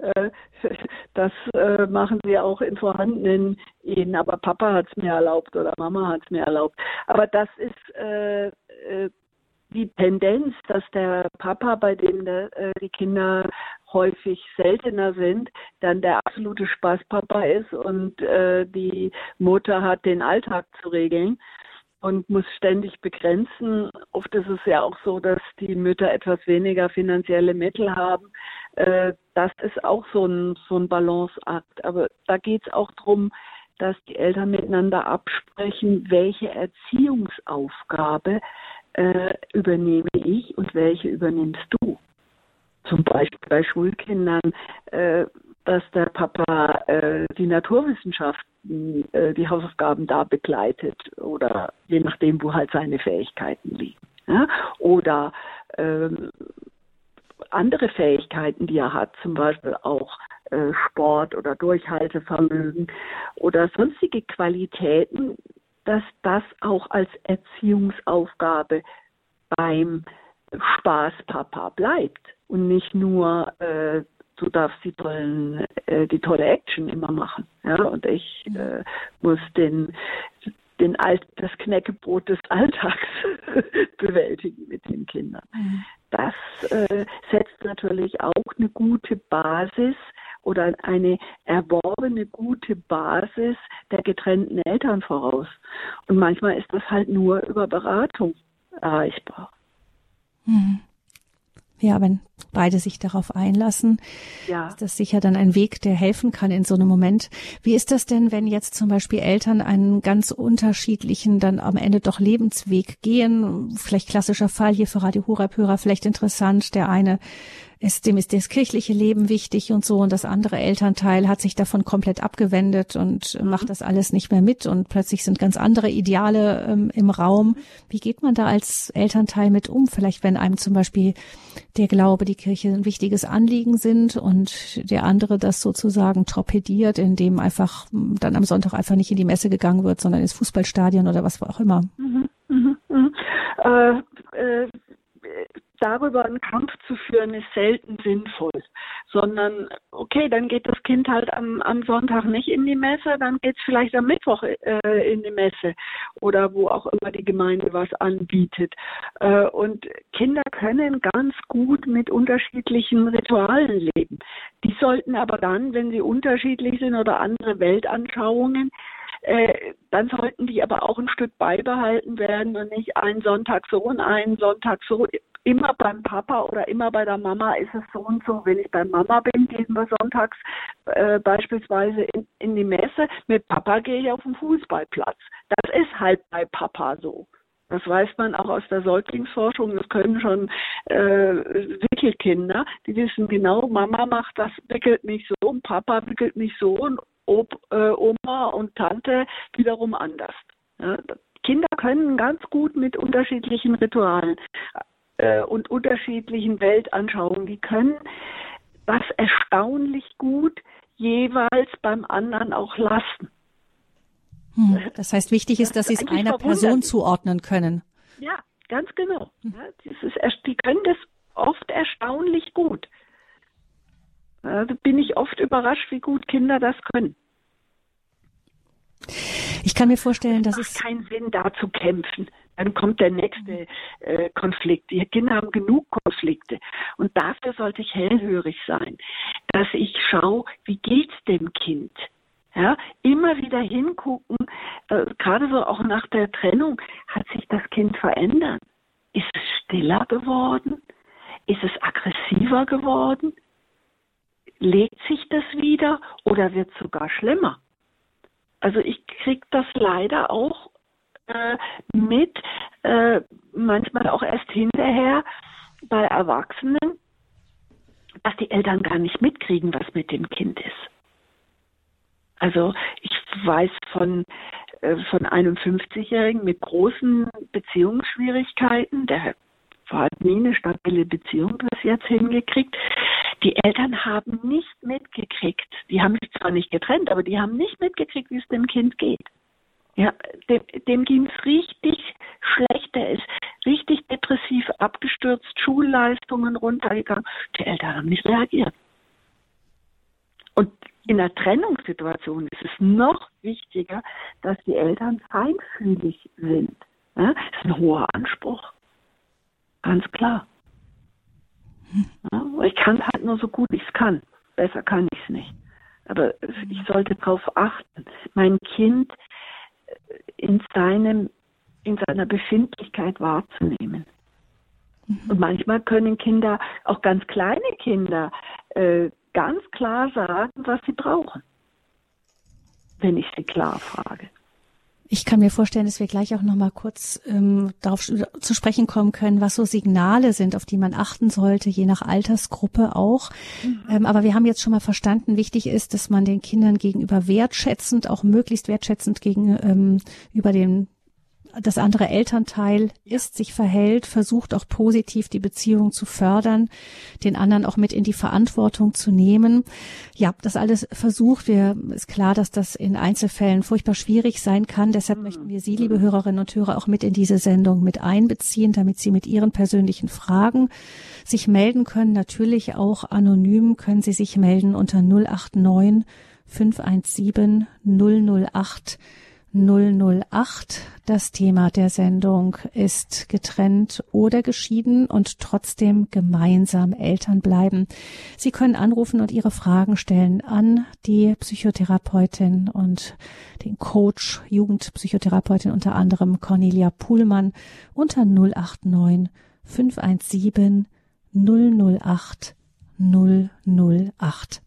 Das machen sie auch in vorhandenen Ehen, aber Papa hat es mir erlaubt oder Mama hat es mir erlaubt. Aber das ist äh, die Tendenz, dass der Papa, bei dem der, äh, die Kinder häufig seltener sind, dann der absolute Spaßpapa ist und äh, die Mutter hat den Alltag zu regeln und muss ständig begrenzen. Oft ist es ja auch so, dass die Mütter etwas weniger finanzielle Mittel haben. Äh, das ist auch so ein, so ein Balanceakt. Aber da geht es auch darum, dass die Eltern miteinander absprechen, welche Erziehungsaufgabe äh, übernehme ich und welche übernimmst du. Zum Beispiel bei Schulkindern, äh, dass der Papa äh, die Naturwissenschaften, äh, die Hausaufgaben da begleitet oder je nachdem, wo halt seine Fähigkeiten liegen. Ja? Oder äh, andere Fähigkeiten, die er hat, zum Beispiel auch äh, Sport oder Durchhaltevermögen oder sonstige Qualitäten, dass das auch als Erziehungsaufgabe beim Spaßpapa bleibt und nicht nur äh, du darfst die tollen, äh, die tolle Action immer machen, ja, und ich äh, muss den den Alt, das Knäckebrot des Alltags bewältigen mit den Kindern. Das äh, setzt natürlich auch eine gute Basis oder eine erworbene gute Basis der getrennten Eltern voraus. Und manchmal ist das halt nur über Beratung erreichbar. Mhm. Ja, wenn beide sich darauf einlassen, ja, ist das sicher dann ein Weg, der helfen kann in so einem Moment. Wie ist das denn, wenn jetzt zum Beispiel Eltern einen ganz unterschiedlichen, dann am Ende doch Lebensweg gehen? Vielleicht klassischer Fall hier für Radio Horeb-Hörer, vielleicht interessant. Der eine ist, dem ist das kirchliche Leben wichtig und so, und das andere Elternteil hat sich davon komplett abgewendet und mhm. macht das alles nicht mehr mit, und plötzlich sind ganz andere Ideale ähm, im Raum. Wie geht man da als Elternteil mit um? Vielleicht, wenn einem zum Beispiel der Glaube, die Kirche ein wichtiges Anliegen sind und der andere das sozusagen torpediert, indem einfach dann am Sonntag einfach nicht in die Messe gegangen wird, sondern ins Fußballstadion oder was auch immer. Mhm. Mhm. Mhm. Äh, äh, darüber einen Kampf zu führen, ist selten sinnvoll, sondern okay, dann geht das Kind halt am, am Sonntag nicht in die Messe, dann geht es vielleicht am Mittwoch äh, in die Messe oder wo auch immer die Gemeinde was anbietet. Äh, und Kinder können ganz gut mit unterschiedlichen Ritualen leben. Die sollten aber dann, wenn sie unterschiedlich sind oder andere Weltanschauungen, Äh, dann sollten die aber auch ein Stück beibehalten werden und nicht einen Sonntag so und einen Sonntag so. Immer beim Papa oder immer bei der Mama ist es so und so. Wenn ich bei Mama bin, gehen wir sonntags äh, beispielsweise in, in die Messe. Mit Papa gehe ich auf den Fußballplatz. Das ist halt bei Papa so. Das weiß man auch aus der Säuglingsforschung. Das können schon äh, Wickelkinder. Die wissen genau, Mama macht das, wickelt mich so und Papa wickelt mich so und Ob, äh, Oma und Tante wiederum anders. Ja, Kinder können ganz gut mit unterschiedlichen Ritualen äh, und unterschiedlichen Weltanschauungen, die können das erstaunlich gut jeweils beim anderen auch lassen. Hm. Das heißt, wichtig ist, das dass sie es einer Person zuordnen können. Ja, ganz genau. Ja, dieses, die können das oft erstaunlich gut. Da bin ich oft überrascht, wie gut Kinder das können. Ich kann mir vorstellen, dass es macht keinen Sinn, da zu kämpfen. Dann kommt der nächste äh, Konflikt. Die Kinder haben genug Konflikte. Und dafür sollte ich hellhörig sein, dass ich schaue, wie geht's dem Kind? Ja, immer wieder hingucken, äh, gerade so auch nach der Trennung, hat sich das Kind verändert? Ist es stiller geworden? Ist es aggressiver geworden? Legt sich das wieder oder wird es sogar schlimmer? Also ich kriege das leider auch äh, mit, äh, manchmal auch erst hinterher bei Erwachsenen, dass die Eltern gar nicht mitkriegen, was mit dem Kind ist. Also ich weiß von, äh, von einem fünfzigjährigen mit großen Beziehungsschwierigkeiten, der hat nie eine stabile Beziehung bis jetzt hingekriegt. Die Eltern haben nicht mitgekriegt, die haben sich zwar nicht getrennt, aber die haben nicht mitgekriegt, wie es dem Kind geht. Ja, dem, dem ging es richtig schlecht, der ist richtig depressiv abgestürzt, Schulleistungen runtergegangen. Die Eltern haben nicht reagiert. Und in einer Trennungssituation ist es noch wichtiger, dass die Eltern feinfühlig sind. Ja, das ist ein hoher Anspruch. Ganz klar. Ja, ich kann es halt nur so gut ich es kann. Besser kann ich es nicht. Aber ich sollte darauf achten, mein Kind in seinem, in seiner Befindlichkeit wahrzunehmen. Mhm. Und manchmal können Kinder, auch ganz kleine Kinder, äh, ganz klar sagen, was sie brauchen, wenn ich sie klar frage. Ich kann mir vorstellen, dass wir gleich auch noch mal kurz ähm, darauf zu sprechen kommen können, was so Signale sind, auf die man achten sollte, je nach Altersgruppe auch. Mhm. Ähm, aber wir haben jetzt schon mal verstanden, wichtig ist, dass man den Kindern gegenüber wertschätzend, auch möglichst wertschätzend gegenüber ähm, über den das andere Elternteil ist, sich verhält, versucht auch positiv die Beziehung zu fördern, den anderen auch mit in die Verantwortung zu nehmen. Ja, das alles versucht. Wir, ist klar, dass das in Einzelfällen furchtbar schwierig sein kann. Deshalb mhm. möchten wir Sie, liebe Hörerinnen und Hörer, auch mit in diese Sendung mit einbeziehen, damit Sie mit Ihren persönlichen Fragen sich melden können. Natürlich auch anonym können Sie sich melden unter null acht neun fünf eins sieben null null acht null null acht. Das Thema der Sendung ist getrennt oder geschieden und trotzdem gemeinsam Eltern bleiben. Sie können anrufen und Ihre Fragen stellen an die Psychotherapeutin und den Coach, Jugendpsychotherapeutin unter anderem Cornelia Puhlmann unter null acht neun fünf eins sieben null null acht null null acht.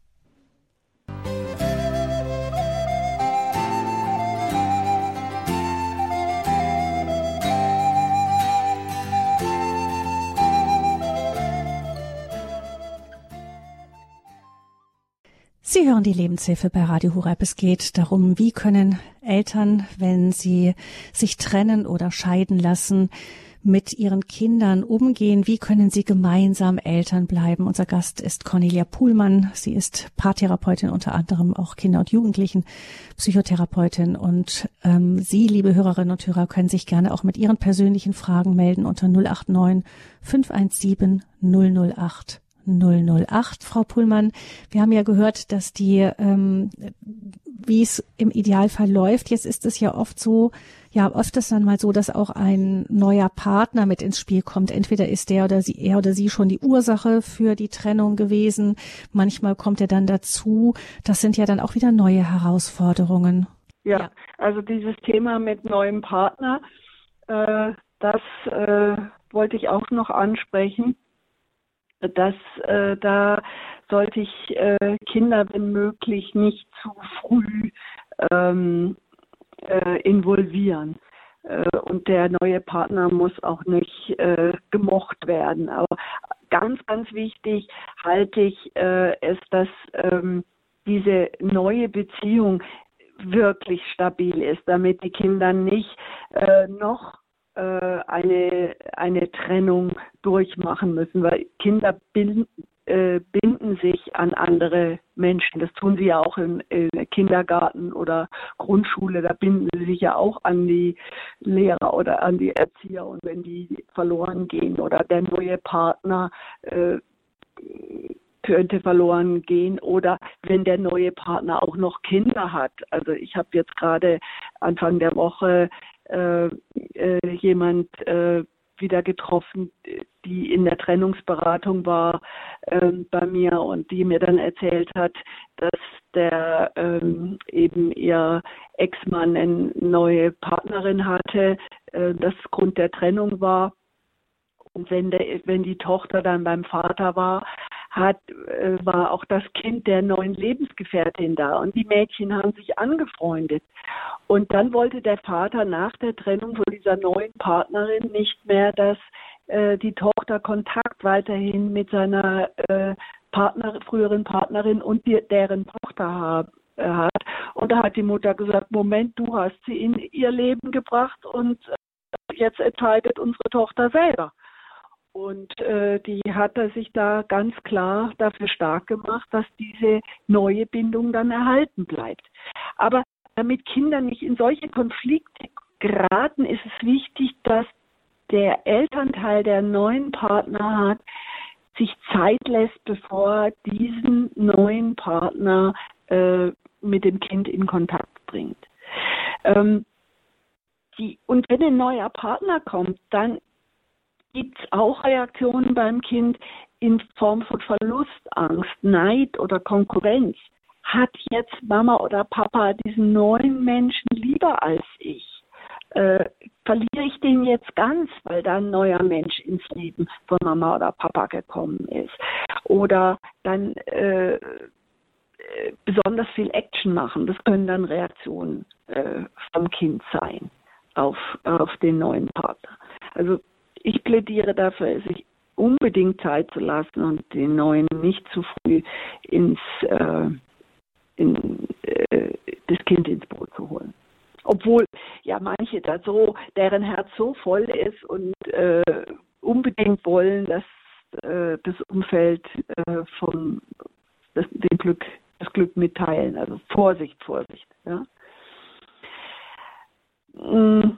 Sie hören die Lebenshilfe bei Radio Horeb. Es geht darum, wie können Eltern, wenn sie sich trennen oder scheiden lassen, mit ihren Kindern umgehen? Wie können sie gemeinsam Eltern bleiben? Unser Gast ist Cornelia Puhlmann. Sie ist Paartherapeutin, unter anderem auch Kinder- und Jugendlichen-Psychotherapeutin. Und ähm, Sie, liebe Hörerinnen und Hörer, können sich gerne auch mit Ihren persönlichen Fragen melden unter null acht neun fünf eins sieben null null acht null null acht. Frau Puhlmann, wir haben ja gehört, dass die, ähm, wie es im Idealfall läuft. Jetzt ist es ja oft so, ja, oft ist dann mal so, dass auch ein neuer Partner mit ins Spiel kommt. Entweder ist der oder sie, er oder sie schon die Ursache für die Trennung gewesen. Manchmal kommt er dann dazu. Das sind ja dann auch wieder neue Herausforderungen. Ja, ja. Also dieses Thema mit neuem Partner, äh, das äh, wollte ich auch noch ansprechen. Dass äh, da sollte ich äh, Kinder, wenn möglich, nicht zu früh ähm, äh, involvieren. Äh, und der neue Partner muss auch nicht äh, gemocht werden. Aber ganz, ganz wichtig halte ich äh, es, dass ähm, diese neue Beziehung wirklich stabil ist, damit die Kinder nicht äh, noch eine, eine Trennung durchmachen müssen, weil Kinder binden, äh, binden sich an andere Menschen. Das tun sie ja auch im, im Kindergarten oder Grundschule, da binden sie sich ja auch an die Lehrer oder an die Erzieher, und wenn die verloren gehen oder der neue Partner äh, könnte verloren gehen, oder wenn der neue Partner auch noch Kinder hat. Also ich habe jetzt gerade Anfang der Woche Äh, äh, jemand äh, wieder getroffen, die in der Trennungsberatung war äh, bei mir und die mir dann erzählt hat, dass der ähm, eben ihr Ex-Mann eine neue Partnerin hatte, äh, das Grund der Trennung war. Und wenn, der, wenn die Tochter dann beim Vater war, hat, äh, war auch das Kind der neuen Lebensgefährtin da. Und die Mädchen haben sich angefreundet. Und dann wollte der Vater nach der Trennung von dieser neuen Partnerin nicht mehr, dass äh, die Tochter Kontakt weiterhin mit seiner äh, Partner, früheren Partnerin und die, deren Tochter hab, äh, hat. Und da hat die Mutter gesagt, Moment, du hast sie in ihr Leben gebracht und äh, jetzt entscheidet unsere Tochter selber. Und äh, die hat er sich da ganz klar dafür stark gemacht, dass diese neue Bindung dann erhalten bleibt. Aber damit Kinder nicht in solche Konflikte geraten, ist es wichtig, dass der Elternteil, der einen neuen Partner hat, sich Zeit lässt, bevor er diesen neuen Partner äh, mit dem Kind in Kontakt bringt. Ähm, die, und wenn ein neuer Partner kommt, dann gibt es auch Reaktionen beim Kind in Form von Verlustangst, Neid oder Konkurrenz. Hat jetzt Mama oder Papa diesen neuen Menschen lieber als ich? Äh, verliere ich den jetzt ganz, weil da ein neuer Mensch ins Leben von Mama oder Papa gekommen ist? Oder dann äh, besonders viel Action machen. Das können dann Reaktionen äh, vom Kind sein auf, auf den neuen Partner. Also ich plädiere dafür, sich unbedingt Zeit zu lassen und den neuen nicht zu früh ins äh, in, äh, das Kind ins Boot zu holen. Obwohl ja manche da so, deren Herz so voll ist und äh, unbedingt wollen, dass äh, das Umfeld äh, vom das, dem Glück, das Glück mitteilen. Also Vorsicht, Vorsicht. Ja. Mhm.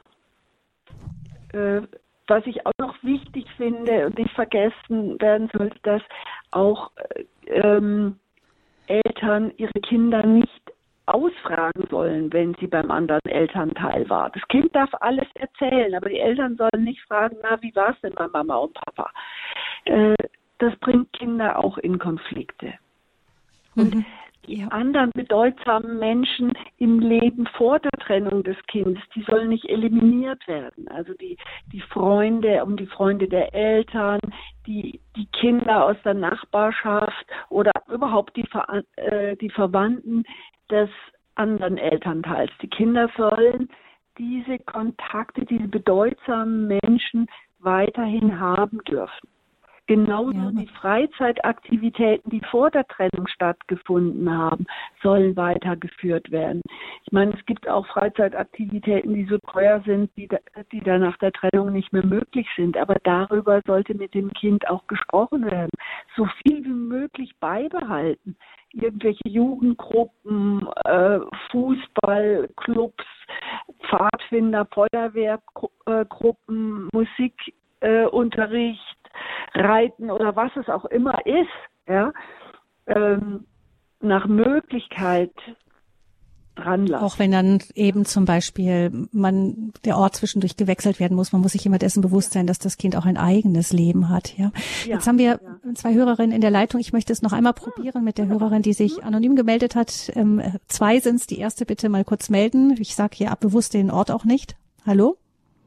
Äh, was ich auch noch wichtig finde und nicht vergessen werden sollte, dass auch ähm, Eltern ihre Kinder nicht ausfragen sollen, wenn sie beim anderen Elternteil war. Das Kind darf alles erzählen, aber die Eltern sollen nicht fragen, na, wie war es denn bei Mama und Papa? Äh, das bringt Kinder auch in Konflikte. Und mhm. die ja. anderen bedeutsamen Menschen im Leben vor der Trennung des Kindes, die sollen nicht eliminiert werden. Also die, die Freunde und die Freunde der Eltern, die, die Kinder aus der Nachbarschaft oder überhaupt die, Ver, äh, die Verwandten des anderen Elternteils. Die Kinder sollen diese Kontakte, diese bedeutsamen Menschen weiterhin haben dürfen. Genauso ja. die Freizeitaktivitäten, die vor der Trennung stattgefunden haben, sollen weitergeführt werden. Ich meine, es gibt auch Freizeitaktivitäten, die so teuer sind, die, die dann nach der Trennung nicht mehr möglich sind. Aber darüber sollte mit dem Kind auch gesprochen werden. So viel wie möglich beibehalten. Irgendwelche Jugendgruppen, äh, Fußballclubs, Pfadfinder, Feuerwehrgruppen, Musikunterricht, Reiten oder was es auch immer ist, ja, ähm, nach Möglichkeit dran lassen. Auch wenn dann eben zum Beispiel man der Ort zwischendurch gewechselt werden muss, man muss sich immer dessen bewusst sein, dass das Kind auch ein eigenes Leben hat. Ja. ja Jetzt haben wir ja. zwei Hörerinnen in der Leitung. Ich möchte es noch einmal probieren mit der Hörerin, die sich anonym gemeldet hat. Ähm, zwei sind es. Die erste bitte mal kurz melden. Ich sage hier bewusst den Ort auch nicht. Hallo?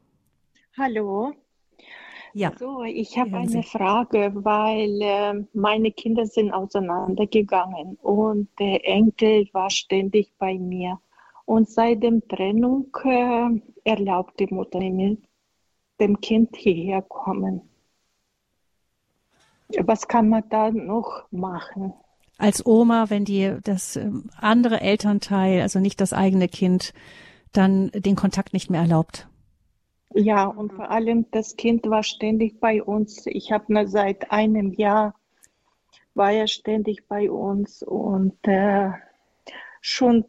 Hallo. Ja. So, ich habe eine Frage, weil äh, meine Kinder sind auseinandergegangen und der Enkel war ständig bei mir. Und seit der Trennung äh, erlaubt die Mutter mir, dem Kind hierher kommen. Was kann man da noch machen? Als Oma, wenn die das andere Elternteil, also nicht das eigene Kind, dann den Kontakt nicht mehr erlaubt. Ja, und vor allem das Kind war ständig bei uns. Ich habe seit einem Jahr war er ständig bei uns und äh, schon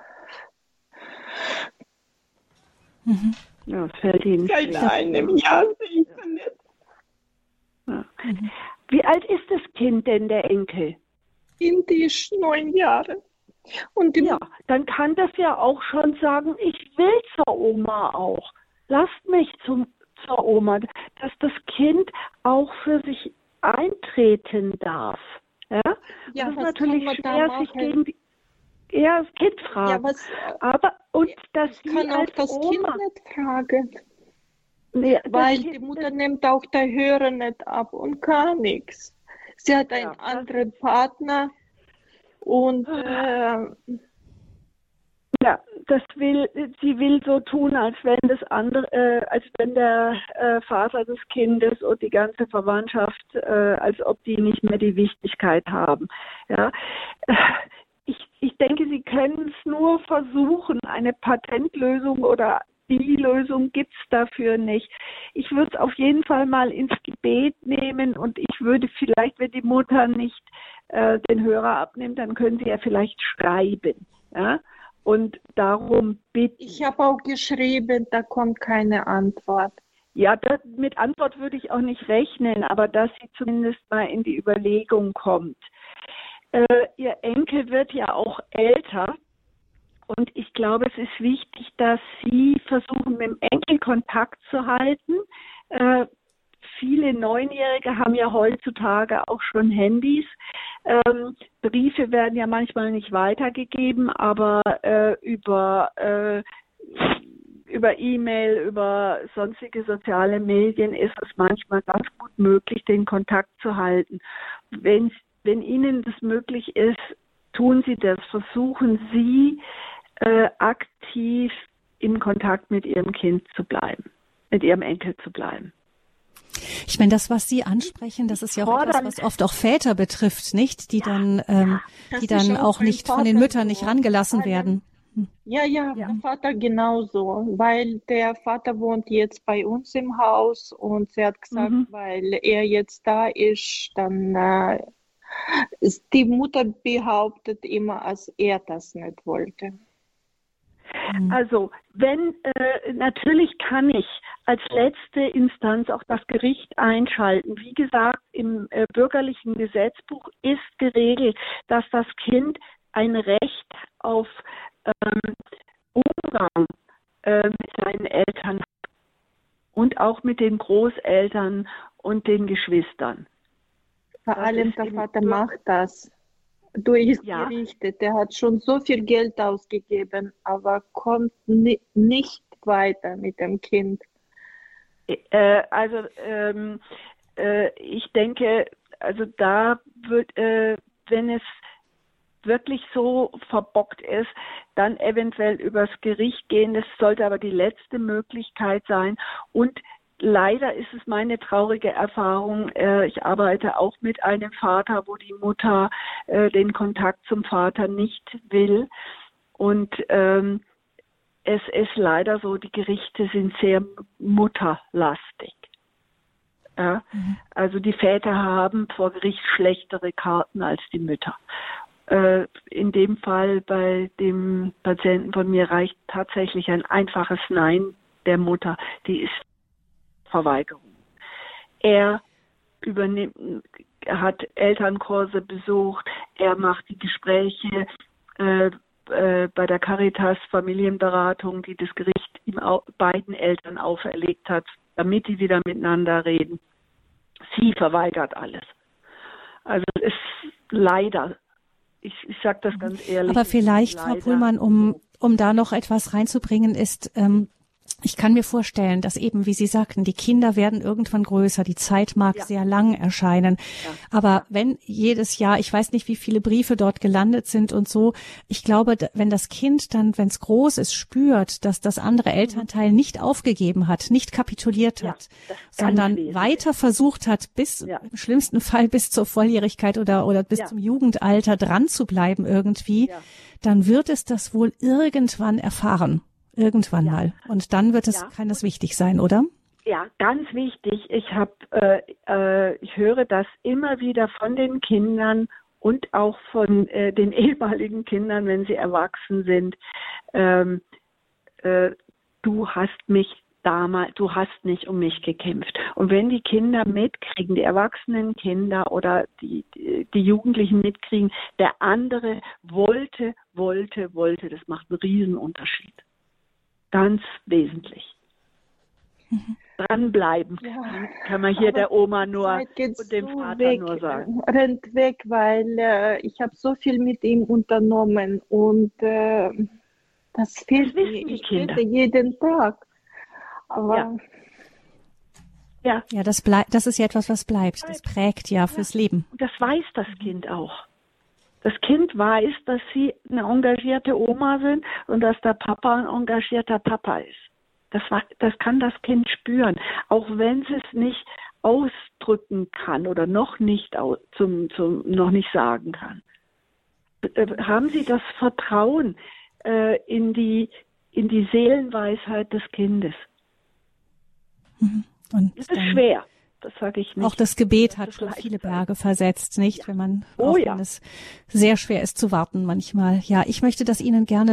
mhm. ja, es fällt Ihnen seit einem Jahr sehe ich ja. nicht. Ja. Mhm. Wie alt ist das Kind denn, der Enkel? Kind ist neun Jahre. Und ja, dann kann das ja auch schon sagen, ich will zur Oma auch. Lasst mich zum, zur Oma, dass das Kind auch für sich eintreten darf. Ja, ja das ist natürlich schwer, sich gegen die, ja, das Kind fragen. Ja, was, aber, und dass ich kann auch das Oma, Kind nicht fragen. Nee, weil kind, die Mutter nimmt auch der Hörer nicht ab und gar nichts. Sie hat einen ja, anderen Partner und äh, ja, das will, sie will so tun, als wenn das andere, äh, als wenn der äh, Vater des Kindes und die ganze Verwandtschaft, äh, als ob die nicht mehr die Wichtigkeit haben. Ja, ich, ich denke, sie können es nur versuchen. Eine Patentlösung oder die Lösung gibt's dafür nicht. Ich würde es auf jeden Fall mal ins Gebet nehmen und ich würde vielleicht, wenn die Mutter nicht äh, den Hörer abnimmt, dann können sie ja vielleicht schreiben. Ja. Und darum bitten. Ich habe auch geschrieben, da kommt keine Antwort. Ja, das, mit Antwort würde ich auch nicht rechnen, aber dass sie zumindest mal in die Überlegung kommt. Äh, ihr Enkel wird ja auch älter und ich glaube, es ist wichtig, dass Sie versuchen, mit dem Enkel Kontakt zu halten. Äh, viele Neunjährige haben ja heutzutage auch schon Handys. Ähm, Briefe werden ja manchmal nicht weitergegeben, aber äh, über äh, über E-Mail, über sonstige soziale Medien ist es manchmal ganz gut möglich, den Kontakt zu halten. Wenn, wenn Ihnen das möglich ist, tun Sie das. Versuchen Sie äh, aktiv in Kontakt mit Ihrem Kind zu bleiben, mit Ihrem Enkel zu bleiben. Ich meine, das, was Sie ansprechen, das ist ja auch etwas, was oft auch Väter betrifft, nicht? Die ja, dann, ähm, ja, die dann auch, auch nicht von den Müttern so nicht rangelassen werden. Ja, ja, ja, der Vater genauso, weil der Vater wohnt jetzt bei uns im Haus und sie hat gesagt, mhm. weil er jetzt da ist, dann äh, ist die Mutter behauptet immer, als er das nicht wollte. Also, wenn, äh, natürlich kann ich als letzte Instanz auch das Gericht einschalten. Wie gesagt, im äh, bürgerlichen Gesetzbuch ist geregelt, dass das Kind ein Recht auf ähm, Umgang äh, mit seinen Eltern hat und auch mit den Großeltern und den Geschwistern. Vor das allem der Vater macht das. Durch ja. gerichtet. Der hat schon so viel Geld ausgegeben, aber kommt ni- nicht weiter mit dem Kind. Äh, also ähm, äh, ich denke, also da wird, äh, wenn es wirklich so verbockt ist, dann eventuell übers Gericht gehen. Das sollte aber die letzte Möglichkeit sein. Und leider ist es meine traurige Erfahrung, äh, ich arbeite auch mit einem Vater, wo die Mutter äh, den Kontakt zum Vater nicht will. Und ähm, es ist leider so, die Gerichte sind sehr mutterlastig. Ja? Mhm. Also die Väter haben vor Gericht schlechtere Karten als die Mütter. Äh, in dem Fall bei dem Patienten von mir reicht tatsächlich ein einfaches Nein der Mutter. Die ist Verweigerung. Er übernimmt, er hat Elternkurse besucht, er macht die Gespräche äh, äh, bei der Caritas Familienberatung, die das Gericht ihm au- beiden Eltern auferlegt hat, damit sie wieder miteinander reden. Sie verweigert alles. Also es ist leider, ich, ich sage das ganz ehrlich. Aber vielleicht, Frau Pohlmann, um, um da noch etwas reinzubringen, ist, ähm, ich kann mir vorstellen, dass eben, wie Sie sagten, die Kinder werden irgendwann größer, die Zeit mag ja. sehr lang erscheinen. Ja. Aber wenn jedes Jahr, ich weiß nicht, wie viele Briefe dort gelandet sind und so, ich glaube, wenn das Kind dann, wenn es groß ist, spürt, dass das andere Elternteil nicht aufgegeben hat, nicht kapituliert hat, ja, sondern weiter versucht hat, bis ja. im schlimmsten Fall bis zur Volljährigkeit oder, oder bis ja. zum Jugendalter dran zu bleiben irgendwie, ja. dann wird es das wohl irgendwann erfahren. Irgendwann ja. mal. Und dann wird es, ja. kann es wichtig sein, oder? Ja, ganz wichtig. Ich habe, äh, äh, ich höre das immer wieder von den Kindern und auch von äh, den ehemaligen Kindern, wenn sie erwachsen sind. Ähm, äh, du hast mich damals, du hast nicht um mich gekämpft. Und wenn die Kinder mitkriegen, die erwachsenen Kinder oder die, die, die Jugendlichen mitkriegen, der andere wollte, wollte, wollte, das macht einen Riesenunterschied. Ganz wesentlich. Mhm. Dranbleiben, ja, kann man hier der Oma nur und dem so Vater weg, nur sagen. Rennt weg, weil äh, ich habe so viel mit ihm unternommen und äh, das fehlt das mir. Ich rede jeden Tag. Aber ja. Ja, ja das, bleib, das ist ja etwas, was bleibt. Das prägt ja fürs ja. Leben. Und das weiß das Kind auch. Das Kind weiß, dass sie eine engagierte Oma sind und dass der Papa ein engagierter Papa ist. Das, das kann das Kind spüren, auch wenn es es nicht ausdrücken kann oder noch nicht zum, zum noch nicht sagen kann. Haben Sie das Vertrauen äh, in die in die Seelenweisheit des Kindes? Mhm. Und das ist schwer. Das sage ich nicht. Auch das Gebet hat schon viele Berge versetzt, nicht? Ja. Wenn man, oh, auch ja. wenn es sehr schwer ist zu warten manchmal. Ja, ich möchte das Ihnen gerne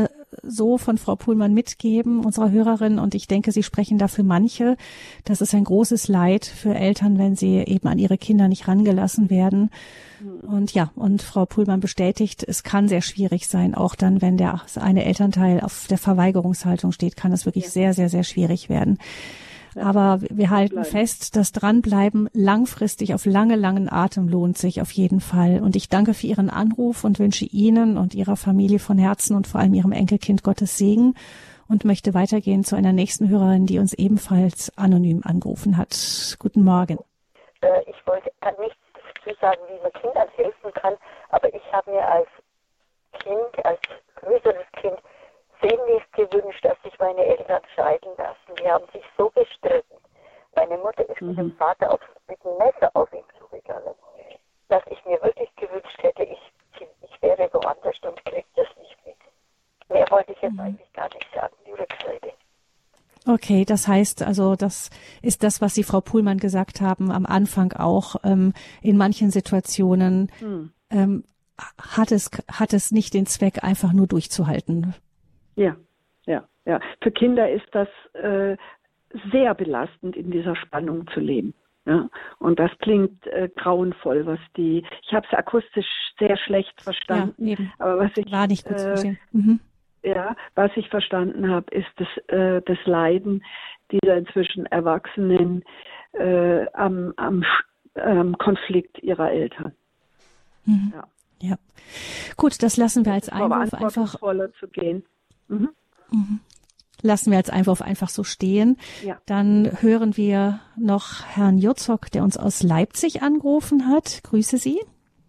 so von Frau Puhlmann mitgeben, unserer Hörerin, und ich denke, Sie sprechen da für manche. Das ist ein großes Leid für Eltern, wenn sie eben an ihre Kinder nicht rangelassen werden. Und ja, und Frau Puhlmann bestätigt, es kann sehr schwierig sein, auch dann, wenn der eine Elternteil auf der Verweigerungshaltung steht, kann es wirklich ja. sehr, sehr, sehr schwierig werden. Aber wir halten fest, das Dranbleiben langfristig auf lange, langen Atem lohnt sich auf jeden Fall. Und ich danke für Ihren Anruf und wünsche Ihnen und Ihrer Familie von Herzen und vor allem Ihrem Enkelkind Gottes Segen und möchte weitergehen zu einer nächsten Hörerin, die uns ebenfalls anonym angerufen hat. Guten Morgen. Äh, ich wollte, kann nichts dazu sagen, wie man Kindern helfen kann, aber ich habe mir als Kind, als größeres Kind, sehnlichst gewünscht, dass sich meine Eltern scheiden lassen. Die haben sich so gestritten. Meine Mutter ist mhm. mit dem Vater auf, mit dem Messer auf ihn zugegangen, dass ich mir wirklich gewünscht hätte, ich, ich wäre woanders und kriege das nicht mit. Mehr wollte ich jetzt mhm. eigentlich gar nicht sagen, die Rückseite. Okay, das heißt also, das ist das, was Sie, Frau Puhlmann, gesagt haben, am Anfang auch, ähm, in manchen Situationen mhm. ähm, hat es, hat es nicht den Zweck, einfach nur durchzuhalten. Ja, ja, ja. Für Kinder ist das äh, sehr belastend, in dieser Spannung zu leben. Ja? Und das klingt äh, grauenvoll, was die. Ich habe es akustisch sehr schlecht verstanden. Ja, eben. Aber was ich war nicht gut äh, zu verstehen. Mhm. Ja, was ich verstanden habe, ist das, äh, das Leiden dieser inzwischen Erwachsenen äh, am, am, am Konflikt ihrer Eltern. Mhm. Ja. ja. Gut, das lassen wir als Einwurf einfach. Zu gehen. Mhm. Mhm. Lassen wir als Einwurf einfach so stehen. Ja. Dann hören wir noch Herrn Jurzok, der uns aus Leipzig angerufen hat. Grüße Sie.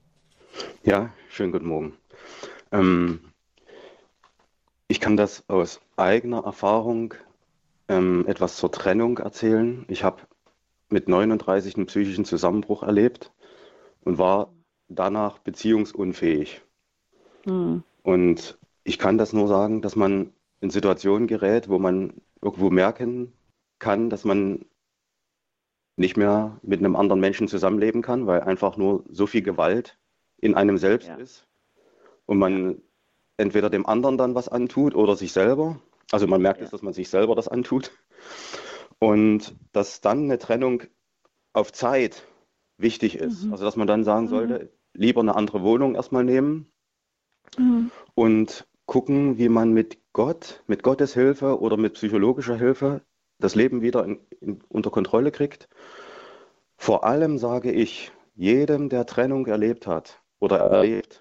Ja, schönen guten Morgen. Ähm, ich kann das aus eigener Erfahrung ähm, etwas zur Trennung erzählen. Ich habe mit neununddreißig einen psychischen Zusammenbruch erlebt und war danach beziehungsunfähig. Mhm. Und ich kann das nur sagen, dass man in Situationen gerät, wo man irgendwo merken kann, dass man nicht mehr mit einem anderen Menschen zusammenleben kann, weil einfach nur so viel Gewalt in einem selbst ja. ist und man entweder dem anderen dann was antut oder sich selber. Also man merkt ja. es, dass man sich selber das antut. Und dass dann eine Trennung auf Zeit wichtig ist. Mhm. Also dass man dann sagen mhm. sollte, lieber eine andere Wohnung erstmal nehmen mhm. und gucken, wie man mit Gott, mit Gottes Hilfe oder mit psychologischer Hilfe das Leben wieder in, in, unter Kontrolle kriegt. Vor allem sage ich, jedem, der Trennung erlebt hat oder erlebt,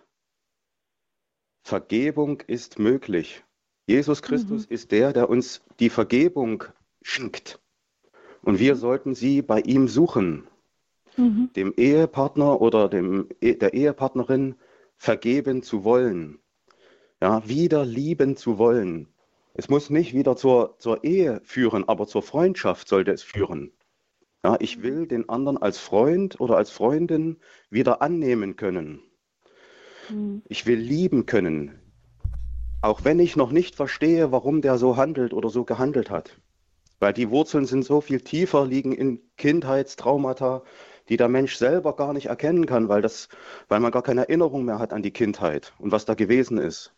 Vergebung ist möglich. Jesus Christus mhm. ist der, der uns die Vergebung schenkt. Und wir sollten sie bei ihm suchen. Mhm. Dem Ehepartner oder dem, der Ehepartnerin vergeben zu wollen. Ja, wieder lieben zu wollen. Es muss nicht wieder zur, zur Ehe führen, aber zur Freundschaft sollte es führen. Ja, ich will den anderen als Freund oder als Freundin wieder annehmen können. Mhm. Ich will lieben können. Auch wenn ich noch nicht verstehe, warum der so handelt oder so gehandelt hat. Weil die Wurzeln sind so viel tiefer, liegen in Kindheitstraumata, die der Mensch selber gar nicht erkennen kann, weil, das, weil man gar keine Erinnerung mehr hat an die Kindheit und was da gewesen ist.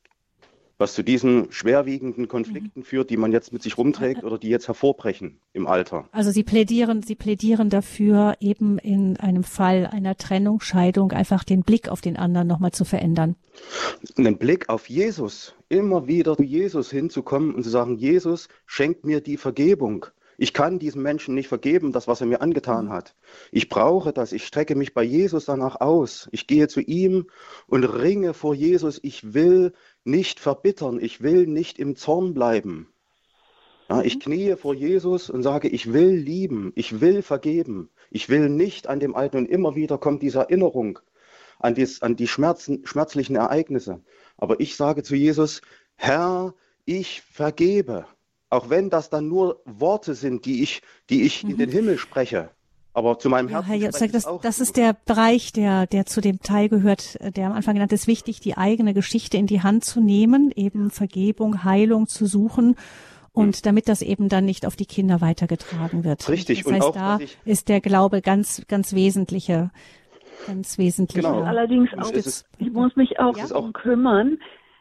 Was zu diesen schwerwiegenden Konflikten führt, die man jetzt mit sich rumträgt oder die jetzt hervorbrechen im Alter. Also Sie plädieren, Sie plädieren dafür, eben in einem Fall einer Trennung, Scheidung, einfach den Blick auf den anderen nochmal zu verändern. Einen Blick auf Jesus, immer wieder zu Jesus hinzukommen und zu sagen, Jesus, schenk mir die Vergebung. Ich kann diesem Menschen nicht vergeben, das, was er mir angetan hat. Ich brauche das. Ich strecke mich bei Jesus danach aus. Ich gehe zu ihm und ringe vor Jesus. Ich will nicht verbittern. Ich will nicht im Zorn bleiben. Ja, ich kniee vor Jesus und sage, ich will lieben. Ich will vergeben. Ich will nicht an dem Alten. Und immer wieder kommt diese Erinnerung an die, an die Schmerzen, schmerzlichen Ereignisse. Aber ich sage zu Jesus, Herr, ich vergebe. Auch wenn das dann nur Worte sind, die ich, die ich mhm. in den Himmel spreche. Aber zu meinem Herzen. Ja, Herr Jurzok, das, das ist der Bereich, der, der zu dem Teil gehört, der am Anfang genannt ist, wichtig, die eigene Geschichte in die Hand zu nehmen, eben Vergebung, Heilung zu suchen. Und hm. damit das eben dann nicht auf die Kinder weitergetragen wird. Richtig. Das heißt, und auch, da ist der Glaube ganz, ganz wesentliche, ganz wesentliche. Genau. Allerdings auch, es, ich muss mich auch ja? darum kümmern,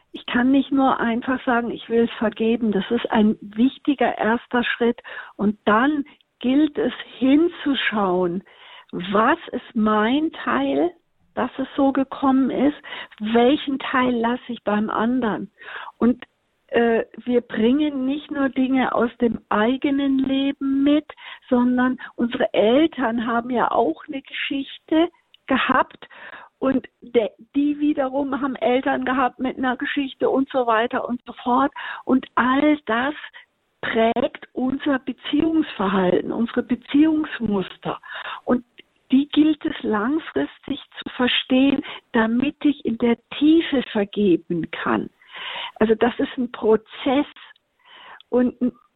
ich kann nicht nur einfach sagen, ich will vergeben. Das ist ein wichtiger erster Schritt. Und dann gilt es hinzuschauen, was ist mein Teil, dass es so gekommen ist, welchen Teil lasse ich beim anderen. Und äh, wir bringen nicht nur Dinge aus dem eigenen Leben mit, sondern unsere Eltern haben ja auch eine Geschichte gehabt. Und de, die wiederum haben Eltern gehabt mit einer Geschichte und so weiter und so fort. Und all das prägt unser Beziehungsverhalten, unsere Beziehungsmuster. Und die gilt es langfristig zu verstehen, damit ich in der Tiefe vergeben kann. Also das ist ein Prozess. Und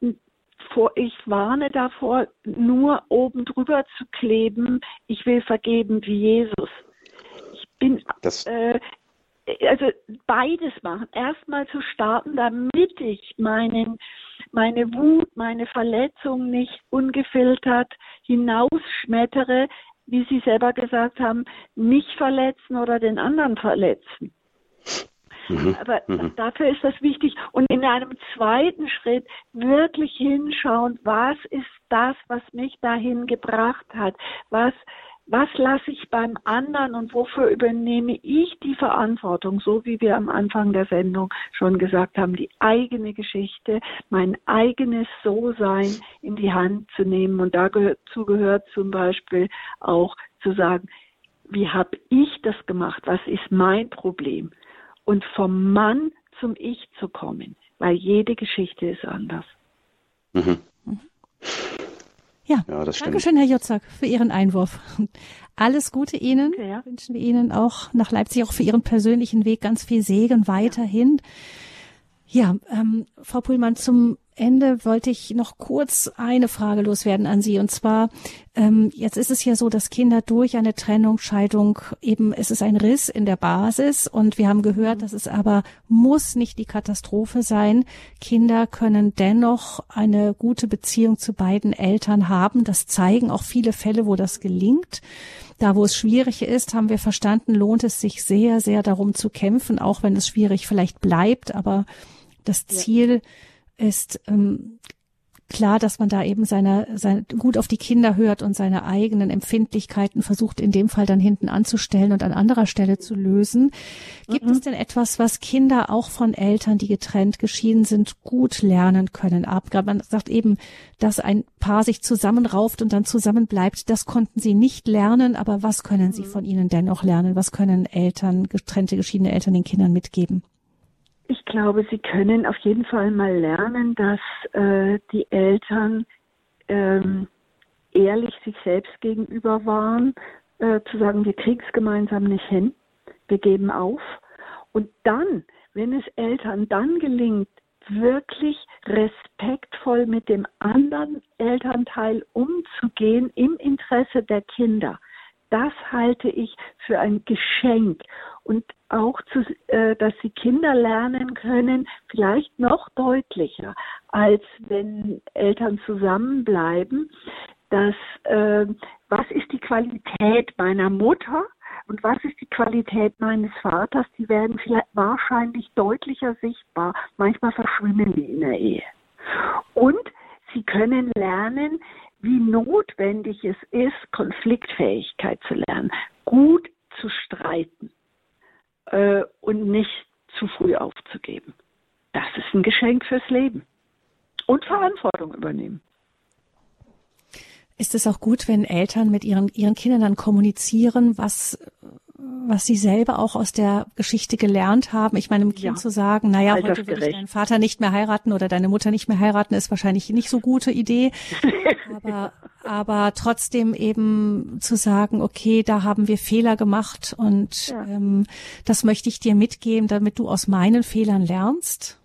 ich warne davor, nur oben drüber zu kleben, ich will vergeben wie Jesus. Bin, äh, also beides machen. Erstmal zu starten, damit ich meinen, meine Wut, meine Verletzung nicht ungefiltert hinausschmettere, wie Sie selber gesagt haben, nicht verletzen oder den anderen verletzen. Mhm. Aber mhm. dafür ist das wichtig. Und in einem zweiten Schritt wirklich hinschauen, was ist das, was mich dahin gebracht hat? Was Was lasse ich beim anderen und wofür übernehme ich die Verantwortung, so wie wir am Anfang der Sendung schon gesagt haben, die eigene Geschichte, mein eigenes So-Sein in die Hand zu nehmen. Und dazu gehört zum Beispiel auch zu sagen, wie habe ich das gemacht? Was ist mein Problem? Und vom Mann zum Ich zu kommen, weil jede Geschichte ist anders. Mhm. Ja, ja das danke schön, Herr Jotzak, für Ihren Einwurf. Alles Gute Ihnen. Okay, ja. Wünschen wir Ihnen auch nach Leipzig, auch für Ihren persönlichen Weg ganz viel Segen weiterhin. Ja, ähm, Frau Puhlmann, zum Ende wollte ich noch kurz eine Frage loswerden an Sie. Und zwar, ähm, jetzt ist es ja so, dass Kinder durch eine Trennung, Scheidung, eben es ist ein Riss in der Basis. Und wir haben gehört, dass es aber muss nicht die Katastrophe sein. Kinder können dennoch eine gute Beziehung zu beiden Eltern haben. Das zeigen auch viele Fälle, wo das gelingt. Da, wo es schwierig ist, haben wir verstanden, lohnt es sich sehr, sehr darum zu kämpfen, auch wenn es schwierig vielleicht bleibt. Aber das Ziel ja. ist ähm, klar, dass man da eben seine, seine gut auf die Kinder hört und seine eigenen Empfindlichkeiten versucht, in dem Fall dann hinten anzustellen und an anderer Stelle zu lösen. Gibt mhm. es denn etwas, was Kinder auch von Eltern, die getrennt geschieden sind, gut lernen können? Ab, man sagt eben, dass ein Paar sich zusammenrauft und dann zusammenbleibt. Das konnten sie nicht lernen, aber was können mhm. sie von ihnen dennoch lernen? Was können Eltern, getrennte, geschiedene Eltern den Kindern mitgeben? Ich glaube, sie können auf jeden Fall mal lernen, dass äh, die Eltern ähm, ehrlich sich selbst gegenüber waren, äh, zu sagen, wir kriegen es gemeinsam nicht hin, wir geben auf. Und dann, wenn es Eltern dann gelingt, wirklich respektvoll mit dem anderen Elternteil umzugehen im Interesse der Kinder, das halte ich für ein Geschenk. Und auch, zu, äh, dass die Kinder lernen können, vielleicht noch deutlicher, als wenn Eltern zusammenbleiben, dass äh, was ist die Qualität meiner Mutter und was ist die Qualität meines Vaters, die werden vielleicht wahrscheinlich deutlicher sichtbar. Manchmal verschwimmen die in der Ehe. Und sie können lernen, wie notwendig es ist, Konfliktfähigkeit zu lernen, gut zu streiten äh, und nicht zu früh aufzugeben. Das ist ein Geschenk fürs Leben. Und Verantwortung übernehmen. Ist es auch gut, wenn Eltern mit ihren, ihren Kindern dann kommunizieren, was, was sie selber auch aus der Geschichte gelernt haben? Ich meine, einem Kind ja. zu sagen, naja, heute würde ich deinen Vater nicht mehr heiraten oder deine Mutter nicht mehr heiraten, ist wahrscheinlich nicht so gute Idee. aber, aber trotzdem eben zu sagen, okay, da haben wir Fehler gemacht und ja. ähm, das möchte ich dir mitgeben, damit du aus meinen Fehlern lernst.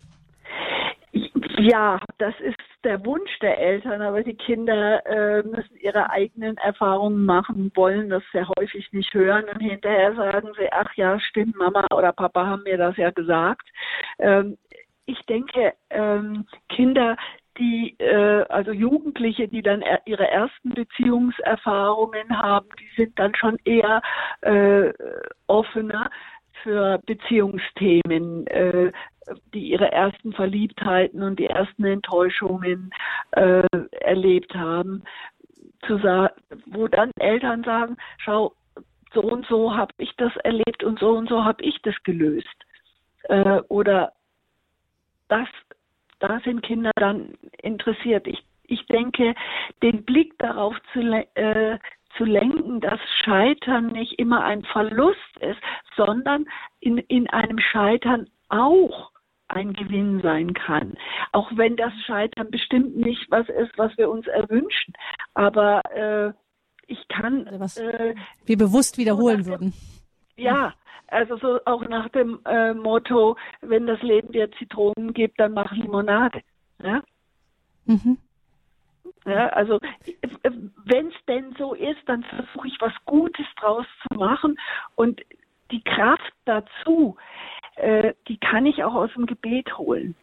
Ja, das ist der Wunsch der Eltern, aber die Kinder äh, müssen ihre eigenen Erfahrungen machen, wollen das sehr häufig nicht hören und hinterher sagen sie, ach ja, stimmt, Mama oder Papa haben mir das ja gesagt. Ähm, ich denke, ähm, Kinder, die, äh, also Jugendliche, die dann er, ihre ersten Beziehungserfahrungen haben, die sind dann schon eher äh, offener für Beziehungsthemen, äh, die ihre ersten Verliebtheiten und die ersten Enttäuschungen äh, erlebt haben, zu sa- wo dann Eltern sagen, schau, so und so habe ich das erlebt und so und so habe ich das gelöst. Äh, oder das, da sind Kinder dann interessiert. Ich, ich denke, den Blick darauf zu, äh, zu lenken, dass Scheitern nicht immer ein Verlust ist, sondern in, in einem Scheitern auch ein Gewinn sein kann. Auch wenn das Scheitern bestimmt nicht was ist, was wir uns erwünschen. Aber äh, ich kann... Also was äh, wir bewusst wiederholen so würden. Ja, also so auch nach dem äh, Motto, wenn das Leben dir Zitronen gibt, dann mach Limonade. Ja? Mhm. Ja, also wenn es denn so ist, dann versuche ich was Gutes draus zu machen und die Kraft dazu, äh, die kann ich auch aus dem Gebet holen.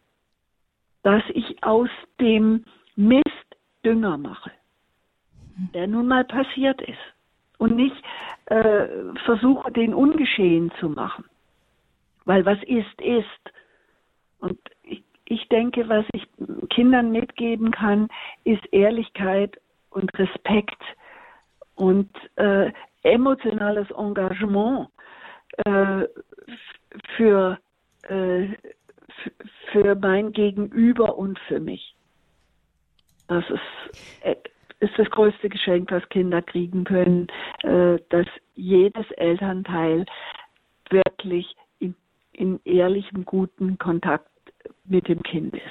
Dass ich aus dem Mist Dünger mache, der nun mal passiert ist. Und nicht äh, versuche, den ungeschehen zu machen. Weil was ist, ist. Und ich, ich denke, was ich Kindern mitgeben kann, ist Ehrlichkeit und Respekt und äh, emotionales Engagement äh, für, äh, f- für mein Gegenüber und für mich. Das ist... Äh, ist das größte Geschenk, was Kinder kriegen können, äh, dass jedes Elternteil wirklich in, in ehrlichem, guten Kontakt mit dem Kind ist.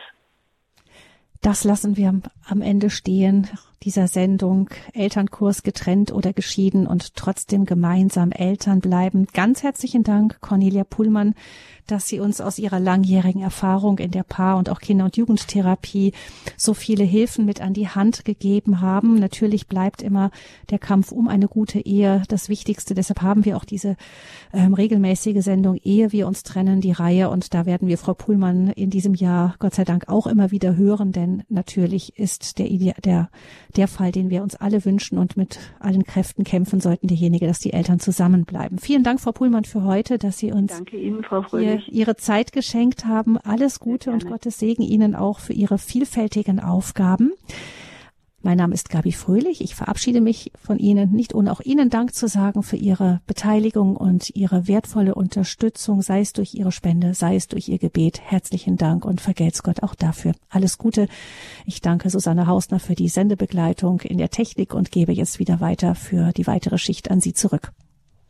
Das lassen wir am Ende stehen, dieser Sendung Elternkurs getrennt oder geschieden und trotzdem gemeinsam Eltern bleiben. Ganz herzlichen Dank, Cornelia Puhlmann, dass Sie uns aus Ihrer langjährigen Erfahrung in der Paar- und auch Kinder- und Jugendtherapie so viele Hilfen mit an die Hand gegeben haben. Natürlich bleibt immer der Kampf um eine gute Ehe das Wichtigste. Deshalb haben wir auch diese ähm, regelmäßige Sendung Ehe wir uns trennen, die Reihe. Und da werden wir Frau Puhlmann in diesem Jahr Gott sei Dank auch immer wieder hören, denn natürlich ist der, Ide- der, der Fall, den wir uns alle wünschen und mit allen Kräften kämpfen sollten, derjenige, dass die Eltern zusammenbleiben. Vielen Dank, Frau Puhlmann, für heute, dass Sie uns Danke Ihnen, Frau Fröhlich. Ihr, Ihre Zeit geschenkt haben. Alles Gute und Gottes Segen Ihnen auch für Ihre vielfältigen Aufgaben. Mein Name ist Gabi Fröhlich. Ich verabschiede mich von Ihnen, nicht ohne auch Ihnen Dank zu sagen für Ihre Beteiligung und Ihre wertvolle Unterstützung, sei es durch Ihre Spende, sei es durch Ihr Gebet. Herzlichen Dank und vergelt's Gott auch dafür. Alles Gute. Ich danke Susanne Hausner für die Sendebegleitung in der Technik und gebe jetzt wieder weiter für die weitere Schicht an Sie zurück.